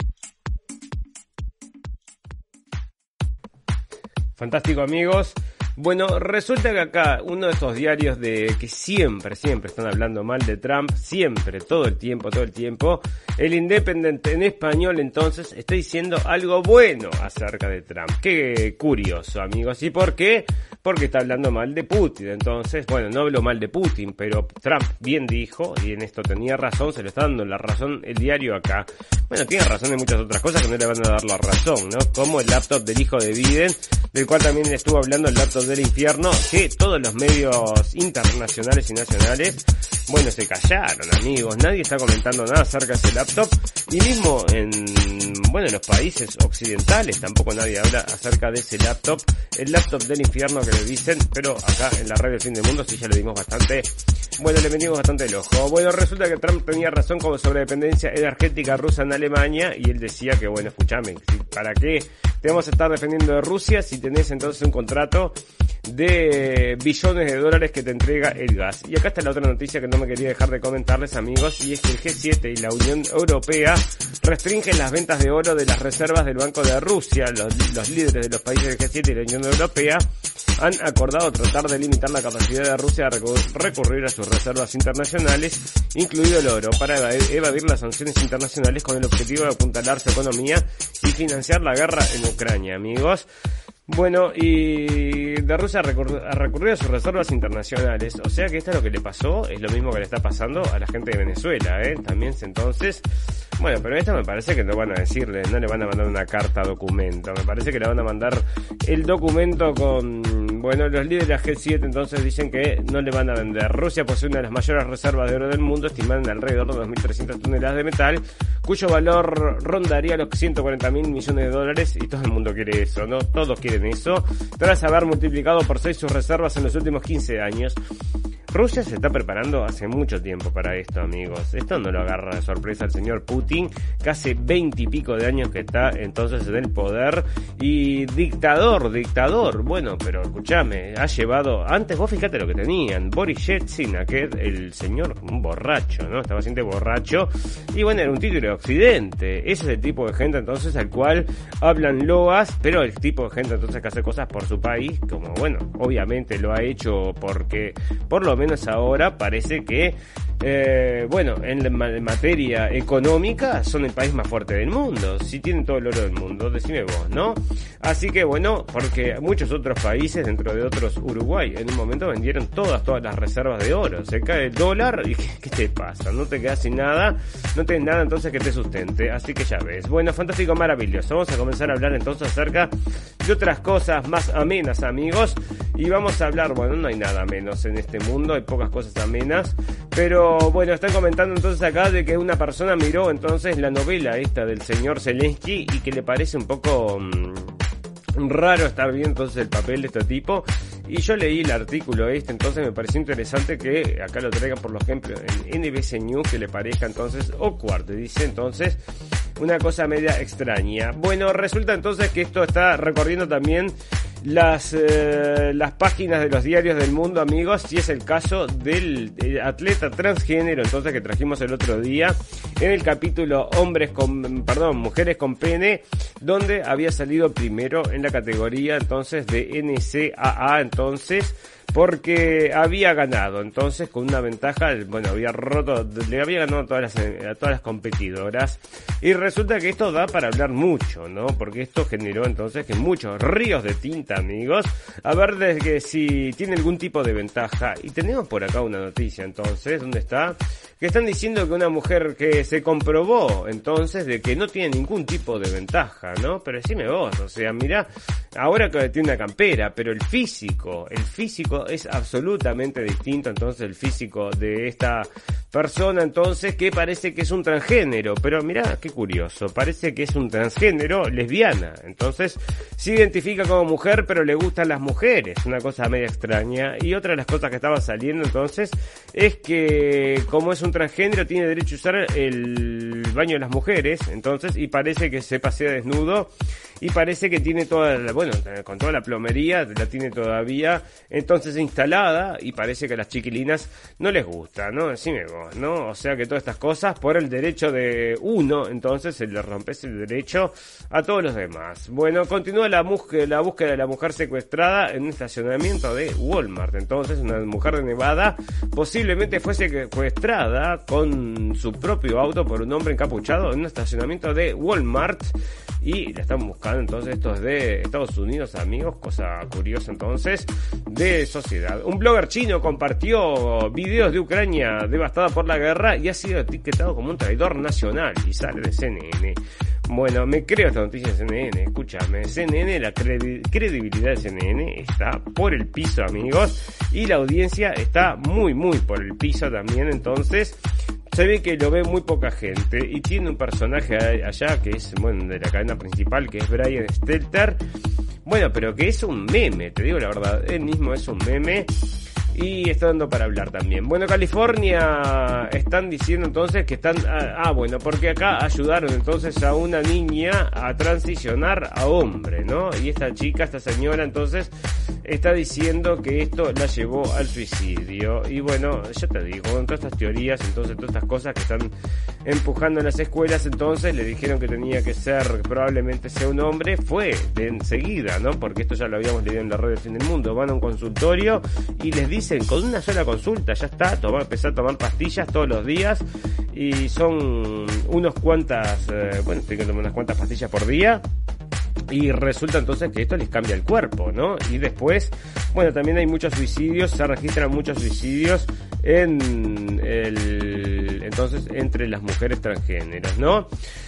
S2: Fantástico, amigos. Bueno, resulta que acá uno de estos diarios de que siempre, siempre están hablando mal de Trump, siempre, todo el tiempo, todo el tiempo, el Independent en español entonces está diciendo algo bueno acerca de Trump. Qué curioso, amigos. ¿Y por qué? Porque está hablando mal de Putin. Entonces, bueno, no hablo mal de Putin, pero Trump bien dijo, y en esto tenía razón, se le está dando la razón el diario acá. Bueno, tiene razón en muchas otras cosas que no le van a dar la razón, ¿no? Como el laptop del hijo de Biden, del cual también estuvo hablando el laptop del infierno, que todos los medios internacionales y nacionales, bueno, se callaron, amigos. Nadie está comentando nada acerca de ese laptop, y mismo en, bueno, en los países occidentales tampoco nadie habla acerca de ese laptop, el laptop del infierno que le dicen, pero acá en la red del fin del mundo sí ya le dimos bastante, bueno, le metimos bastante el ojo. Bueno, resulta que Trump tenía razón como sobre dependencia energética rusa en Alemania, y él decía que, bueno, escúchame, ¿para qué te vamos a estar defendiendo de Rusia si tenés entonces un contrato de billones de dólares que te entrega el gas? Y acá está la otra noticia que no me quería dejar de comentarles, amigos, y es que el G siete y la Unión Europea restringen las ventas de oro de las reservas del Banco de Rusia. Los, los líderes de los países del G siete y la Unión Europea han acordado tratar de limitar la capacidad de Rusia de recurrir a sus reservas internacionales, incluido el oro, para evadir las sanciones internacionales con el objetivo de apuntalar su economía y financiar la guerra en Ucrania, amigos. Bueno, y de Rusia ha recurrido a sus reservas internacionales, o sea que esto es lo que le pasó, es lo mismo que le está pasando a la gente de Venezuela, ¿eh? También, entonces, bueno, pero esto me parece que no van a decirle, no le van a mandar una carta documento, me parece que le van a mandar el documento con, bueno, los líderes de la G siete entonces dicen que no le van a vender. Rusia posee una de las mayores reservas de oro del mundo, estimada en alrededor de dos mil trescientas toneladas de metal, cuyo valor rondaría los ciento cuarenta mil millones de dólares, y todo el mundo quiere eso, ¿no? Todos quieren eso, tras haber multiplicado por seis sus reservas en los últimos quince años. Rusia se está preparando hace mucho tiempo para esto, amigos. Esto no lo agarra de sorpresa el señor Putin, que hace veinte y pico de años que está entonces en el poder, y dictador, dictador, bueno, pero escúchame, ha llevado, antes vos fíjate lo que tenían, Boris Yeltsin, aquel, el señor, un borracho, ¿no? Estaba bastante borracho, y bueno, era un títere de Occidente. Ese es el tipo de gente entonces al cual hablan loas, pero el tipo de gente entonces que hace cosas por su país, como bueno, obviamente lo ha hecho porque, por lo menos ahora parece que, eh, bueno, en, en materia económica son el país más fuerte del mundo. Si tienen todo el oro del mundo, decime vos, ¿no? Así que bueno, porque muchos otros países, dentro de otros Uruguay, en un momento vendieron todas, todas las reservas de oro. Se cae el dólar y ¿qué, qué te pasa? No te quedas sin nada, no tenés nada entonces que te sustente. Así que ya ves. Bueno, fantástico, maravilloso. Vamos a comenzar a hablar entonces acerca de otras cosas más amenas, amigos. Y vamos a hablar, bueno, no hay nada menos en este mundo, hay pocas cosas amenas, pero bueno, están comentando entonces acá de que una persona miró entonces la novela esta del señor Zelensky y que le parece un poco mmm, raro estar viendo entonces el papel de este tipo, y yo leí el artículo este, entonces me pareció interesante que acá lo traigan por ejemplo en N B C News, que le parezca entonces awkward, dice entonces una cosa media extraña. Bueno, resulta entonces que esto está recorriendo también las eh, las páginas de los diarios del mundo, amigos, y es el caso del, del atleta transgénero entonces que trajimos el otro día en el capítulo hombres con, perdón, mujeres con pene, donde había salido primero en la categoría entonces de N C A A, entonces porque había ganado entonces con una ventaja, bueno, había roto, le había ganado a todas las, a todas las competidoras, y resulta que esto da para hablar mucho, ¿no? Porque esto generó entonces que muchos ríos de tinta, amigos, a ver de que si tiene algún tipo de ventaja. Y tenemos por acá una noticia entonces, ¿dónde está? Que están diciendo que una mujer que se comprobó entonces de que no tiene ningún tipo de ventaja, ¿no? Pero decime vos, o sea, mirá, ahora que tiene una campera, pero el físico, el físico es absolutamente distinto, entonces el físico de esta persona entonces que parece que es un transgénero, pero mirá qué curioso, parece que es un transgénero lesbiana, entonces se identifica como mujer pero le gustan las mujeres, una cosa media extraña. Y otra de las cosas que estaba saliendo entonces es que como es un transgénero tiene derecho a usar el baño de las mujeres, entonces, y parece que se pasea desnudo y parece que tiene toda la, bueno, con toda la plomería, la tiene todavía entonces instalada, y parece que a las chiquilinas no les gusta, ¿no? Decime vos, ¿no? O sea que todas estas cosas, por el derecho de uno, entonces se le rompes el derecho a todos los demás. Bueno, continúa la búsqueda, la búsqueda de la mujer secuestrada en un estacionamiento de Walmart. Entonces, una mujer de Nevada posiblemente fue secuestrada con su propio auto por un hombre encapuchado en un estacionamiento de Walmart, y la están buscando. Entonces, esto es de Estados Unidos, amigos, cosa curiosa entonces de sociedad. Un blogger chino compartió videos de Ucrania devastada por la guerra y ha sido etiquetado como un traidor nacional, y sale de C N N. Bueno, me creo esta noticia de C N N, escúchame, C N N, la credi- credibilidad de C N N está por el piso, amigos, y la audiencia está muy, muy por el piso también. Entonces, se ve que lo ve muy poca gente, y tiene un personaje allá que es, bueno, de la cadena principal, que es Brian Stelter, bueno, pero que es un meme, te digo la verdad, él mismo es un meme, y está dando para hablar también. Bueno, California están diciendo entonces que están, ah, ah bueno, porque acá ayudaron entonces a una niña a transicionar a hombre, ¿no? Y esta chica, esta señora entonces está diciendo que esto la llevó al suicidio. Y bueno, ya te digo, con todas estas teorías, entonces todas estas cosas que están empujando en las escuelas, entonces le dijeron que tenía que ser, probablemente sea un hombre, fue de enseguida, ¿no? Porque esto ya lo habíamos leído en la red del Fin del Mundo. Van a un consultorio y les dicen, con una sola consulta ya está, tomar, empezar a tomar pastillas todos los días, y son unos cuantas, eh, bueno, tienen que tomar unas cuantas pastillas por día. Y resulta entonces que esto les cambia el cuerpo, ¿no? Y después, bueno, también hay muchos suicidios, se registran muchos suicidios en el, entonces, entre las mujeres transgéneros, ¿no?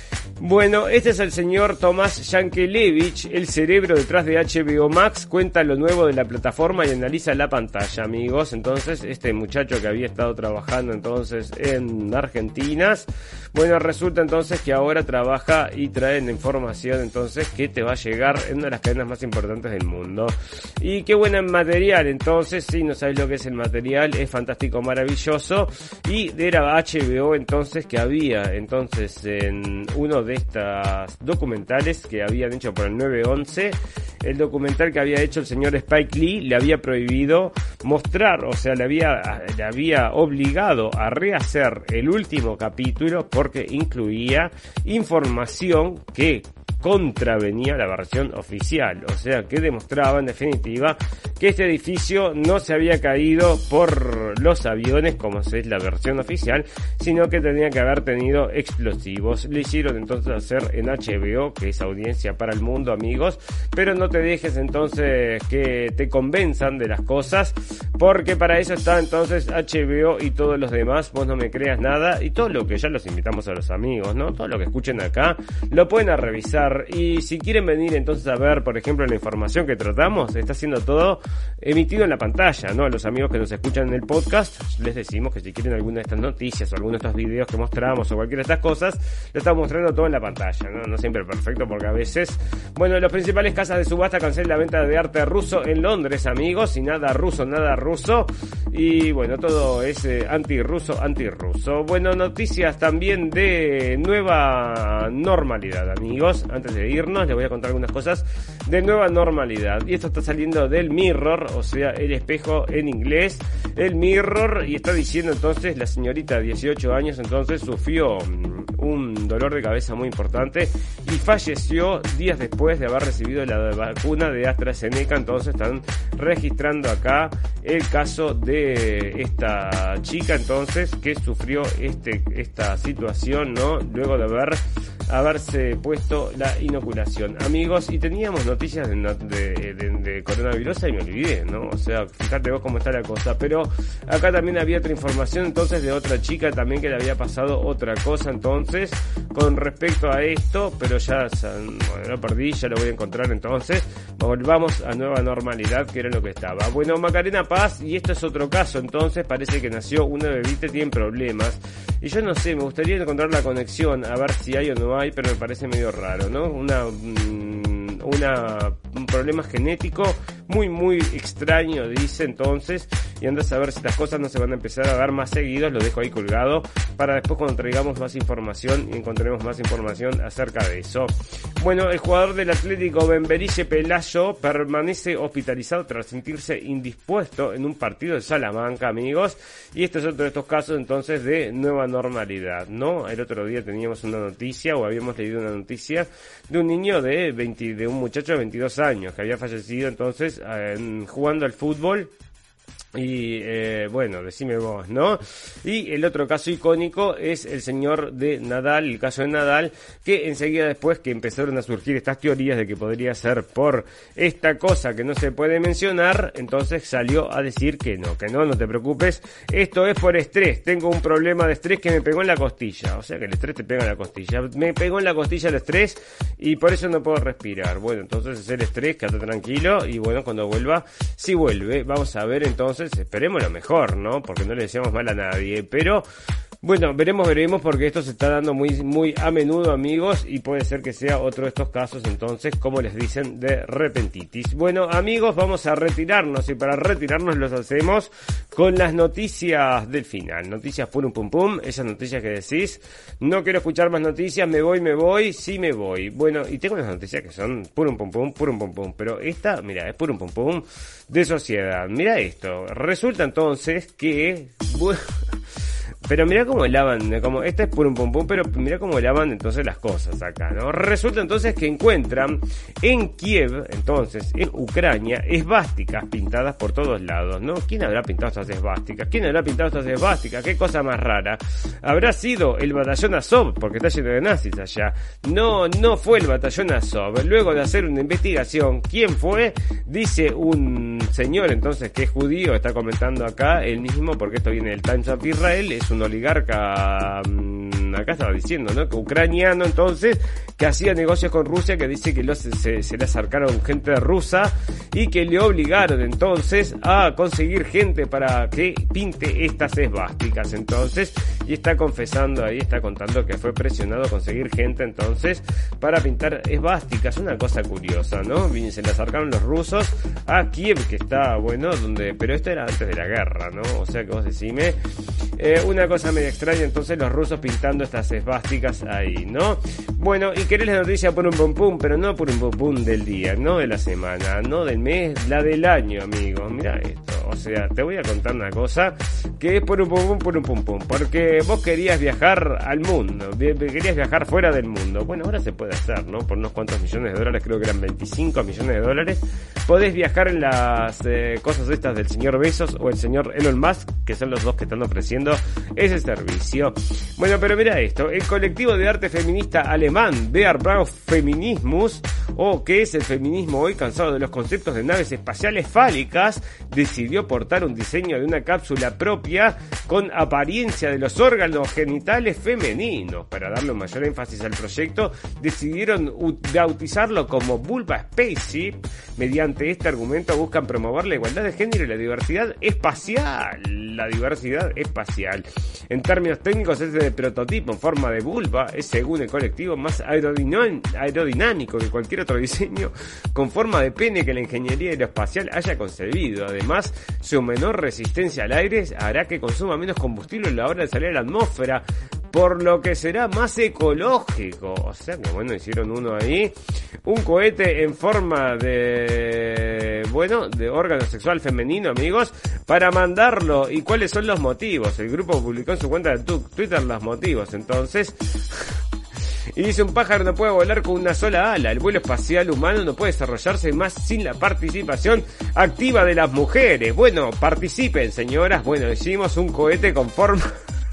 S2: Bueno, este es el señor Tomás Yankelevich, el cerebro detrás de H B O Max, cuenta lo nuevo de la plataforma y analiza la pantalla, amigos. Entonces, este muchacho que había estado trabajando entonces en Argentina, bueno, resulta entonces que ahora trabaja y trae la información entonces que te va a llegar en una de las cadenas más importantes del mundo. Y qué buen material, entonces, si no sabes lo que es el material, es fantástico, maravilloso. Y era H B O entonces que había entonces en uno de estas documentales que habían hecho por el nueve once, el documental que había hecho el señor Spike Lee le había prohibido mostrar, o sea, le había, le había obligado a rehacer el último capítulo porque incluía información que contravenía la versión oficial, o sea que demostraba en definitiva que este edificio no se había caído por los aviones como es la versión oficial, sino que tenía que haber tenido explosivos. Le hicieron entonces hacer en H B O, que es audiencia para el mundo, amigos, pero no te dejes entonces que te convenzan de las cosas, porque para eso está entonces H B O y todos los demás. Vos no me creas nada, y todo lo que ya los invitamos a los amigos, ¿no? Todo lo que escuchen acá lo pueden a revisar. Y si quieren venir entonces a ver, por ejemplo, la información que tratamos, está siendo todo emitido en la pantalla, ¿no? A los amigos que nos escuchan en el podcast, les decimos que si quieren alguna de estas noticias o alguno de estos videos que mostramos o cualquiera de estas cosas, lo estamos mostrando todo en la pantalla, ¿no? No siempre perfecto, porque a veces, bueno, las principales casas de subasta cancelan la venta de arte ruso en Londres, amigos, y nada ruso, nada ruso, y bueno, todo es eh, antirruso, antirruso. Bueno, noticias también de nueva normalidad, amigos. Antes de irnos, les voy a contar algunas cosas de nueva normalidad. Y esto está saliendo del Mirror, o sea, el espejo en inglés. El Mirror, y está diciendo entonces, la señorita de dieciocho años, entonces sufrió un dolor de cabeza muy importante y falleció días después de haber recibido la vacuna de AstraZeneca. Entonces están registrando acá el caso de esta chica, entonces, que sufrió este esta situación, ¿no? Luego de haber haberse puesto la inoculación, amigos. Y teníamos noticias de, de, de, de coronavirus y me olvidé, ¿no? O sea, fíjate vos cómo está la cosa. Pero acá también había otra información entonces de otra chica también que le había pasado otra cosa entonces con respecto a esto, pero ya, ya bueno, lo perdí, ya lo voy a encontrar. Entonces volvamos a nueva normalidad, que era lo que estaba. Bueno, Macarena Paz, y esto es otro caso, entonces parece que nació una bebita y tiene problemas, y yo no sé, me gustaría encontrar la conexión a ver si hay o no hay, pero me parece medio raro, ¿no? Una, una un problema genético muy muy extraño, dice entonces, y andas a ver si estas cosas no se van a empezar a dar más seguidos. Lo dejo ahí colgado para después cuando traigamos más información y encontremos más información acerca de eso. Bueno, el jugador del Atlético Bemberise Pelayo permanece hospitalizado tras sentirse indispuesto en un partido de Salamanca, amigos, y este es otro de estos casos entonces de nueva normalidad, ¿no? El otro día teníamos una noticia o habíamos leído una noticia de un niño de veinte, de un muchacho de veintidós años que había fallecido entonces eh, jugando al fútbol. Y eh, bueno, decime vos, ¿no? Y el otro caso icónico es el señor de Nadal, el caso de Nadal, que enseguida después que empezaron a surgir estas teorías de que podría ser por esta cosa que no se puede mencionar, entonces salió a decir que no, que no, no te preocupes, esto es por estrés, tengo un problema de estrés que me pegó en la costilla, o sea que el estrés te pega en la costilla, me pegó en la costilla el estrés y por eso no puedo respirar. Bueno, entonces es el estrés, quédate tranquilo y bueno, cuando vuelva, si vuelve, vamos a ver entonces. Esperemos lo mejor, ¿no? Porque no le deseamos mal a nadie, pero bueno, veremos, veremos, porque esto se está dando muy, muy a menudo, amigos, y puede ser que sea otro de estos casos, entonces, como les dicen, de repentitis. Bueno, amigos, vamos a retirarnos, y para retirarnos los hacemos con las noticias del final, noticias purum pum pum, esas noticias que decís, no quiero escuchar más noticias, me voy, me voy, sí me voy. Bueno, y tengo unas noticias que son purum pum pum, purum pum pum, pero esta, mira, es purum pum pum de sociedad. Mira esto, resulta entonces que... Bueno, pero mira cómo lavan, como este es purum pum pum, pero mira cómo lavan entonces las cosas acá, ¿no? Resulta entonces que encuentran en Kiev, entonces, en Ucrania, esvásticas pintadas por todos lados, ¿no? ¿Quién habrá pintado estas esvásticas? ¿Quién habrá pintado estas esvásticas? ¿Qué cosa más rara? ¿Habrá sido el batallón Azov? Porque está lleno de nazis allá. No, no fue el batallón Azov. Luego de hacer una investigación, ¿quién fue? Dice un señor entonces que es judío, está comentando acá, el mismo, porque esto viene del Times of Israel, es un oligarca, acá estaba diciendo, ¿no? Que ucraniano entonces, que hacía negocios con Rusia, que dice que los, se, se le acercaron gente rusa y que le obligaron entonces a conseguir gente para que pinte estas esvásticas entonces, y está confesando ahí, está contando que fue presionado a conseguir gente entonces para pintar esvásticas, una cosa curiosa, ¿no? Se le acercaron los rusos a Kiev, que está, bueno, donde, pero esto era antes de la guerra, ¿no? O sea que vos decime, eh, una cosa medio extraña, entonces los rusos pintando estas esvásticas ahí, ¿no? Bueno, y querés la noticia por un pum pum, pero no por un pum pum del día, no de la semana, no del mes, la del año, amigos. Mira esto, o sea, te voy a contar una cosa que es por un pum pum, por un pum pum, porque vos querías viajar al mundo, querías viajar fuera del mundo. Bueno, ahora se puede hacer, ¿no? Por unos cuantos millones de dólares, creo que eran veinticinco millones de dólares, podés viajar en las eh, cosas estas del señor Bezos o el señor Elon Musk, que son los dos que están ofreciendo ese servicio. Bueno, pero mira esto, el colectivo de arte feminista alemán Der Brau Feminismus, o que es el feminismo hoy, cansado de los conceptos de naves espaciales fálicas, decidió portar un diseño de una cápsula propia con apariencia de los órganos genitales femeninos. Para darle un mayor énfasis al proyecto, decidieron bautizarlo como Vulva Spaceship. Mediante este argumento buscan promover la igualdad de género y la diversidad espacial. La diversidad espacial. En términos técnicos, este prototipo en forma de vulva es, según el colectivo, más aerodinámico que cualquier otro diseño con forma de pene que la ingeniería aeroespacial haya concebido. Además, su menor resistencia al aire hará que consuma menos combustible a la hora de salir a la atmósfera, por lo que será más ecológico. O sea que bueno, hicieron uno ahí, un cohete en forma de, bueno, de órgano sexual femenino, amigos, para mandarlo. ¿Y cuáles son los motivos? El grupo publicó en su cuenta de Twitter los motivos, entonces... Y dice, un pájaro no puede volar con una sola ala. El vuelo espacial humano no puede desarrollarse más sin la participación activa de las mujeres. Bueno, participen, señoras. Bueno, hicimos un cohete con forma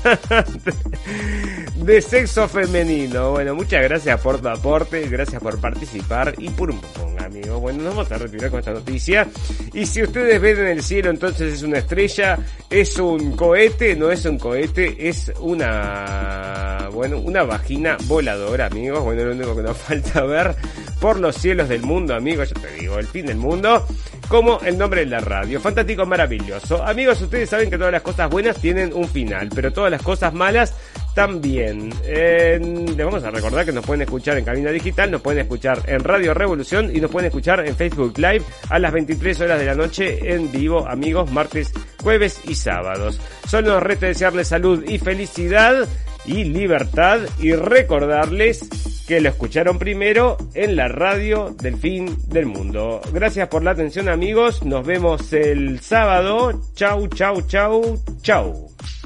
S2: de sexo femenino. Bueno, muchas gracias por tu aporte, gracias por participar y por un poco, amigos. Bueno, nos vamos a retirar con esta noticia. Y si ustedes ven en el cielo, entonces es una estrella, es un cohete, no es un cohete, es una, bueno, una vagina voladora, amigos. Bueno, lo único que nos falta ver por los cielos del mundo, amigos, yo te digo, el fin del mundo, como el nombre de la radio. Fantástico, maravilloso. Amigos, ustedes saben que todas las cosas buenas tienen un final, pero todas las cosas malas también. Eh, les vamos a recordar que nos pueden escuchar en Cabina Digital, nos pueden escuchar en Radio Revolución y nos pueden escuchar en Facebook Live a las veintitrés horas de la noche en vivo, amigos, martes, jueves y sábados. Solo nos resta desearles salud y felicidad y libertad y recordarles que lo escucharon primero en la radio del fin del mundo. Gracias por la atención, amigos. Nos vemos el sábado. Chau, chau, chau, chau.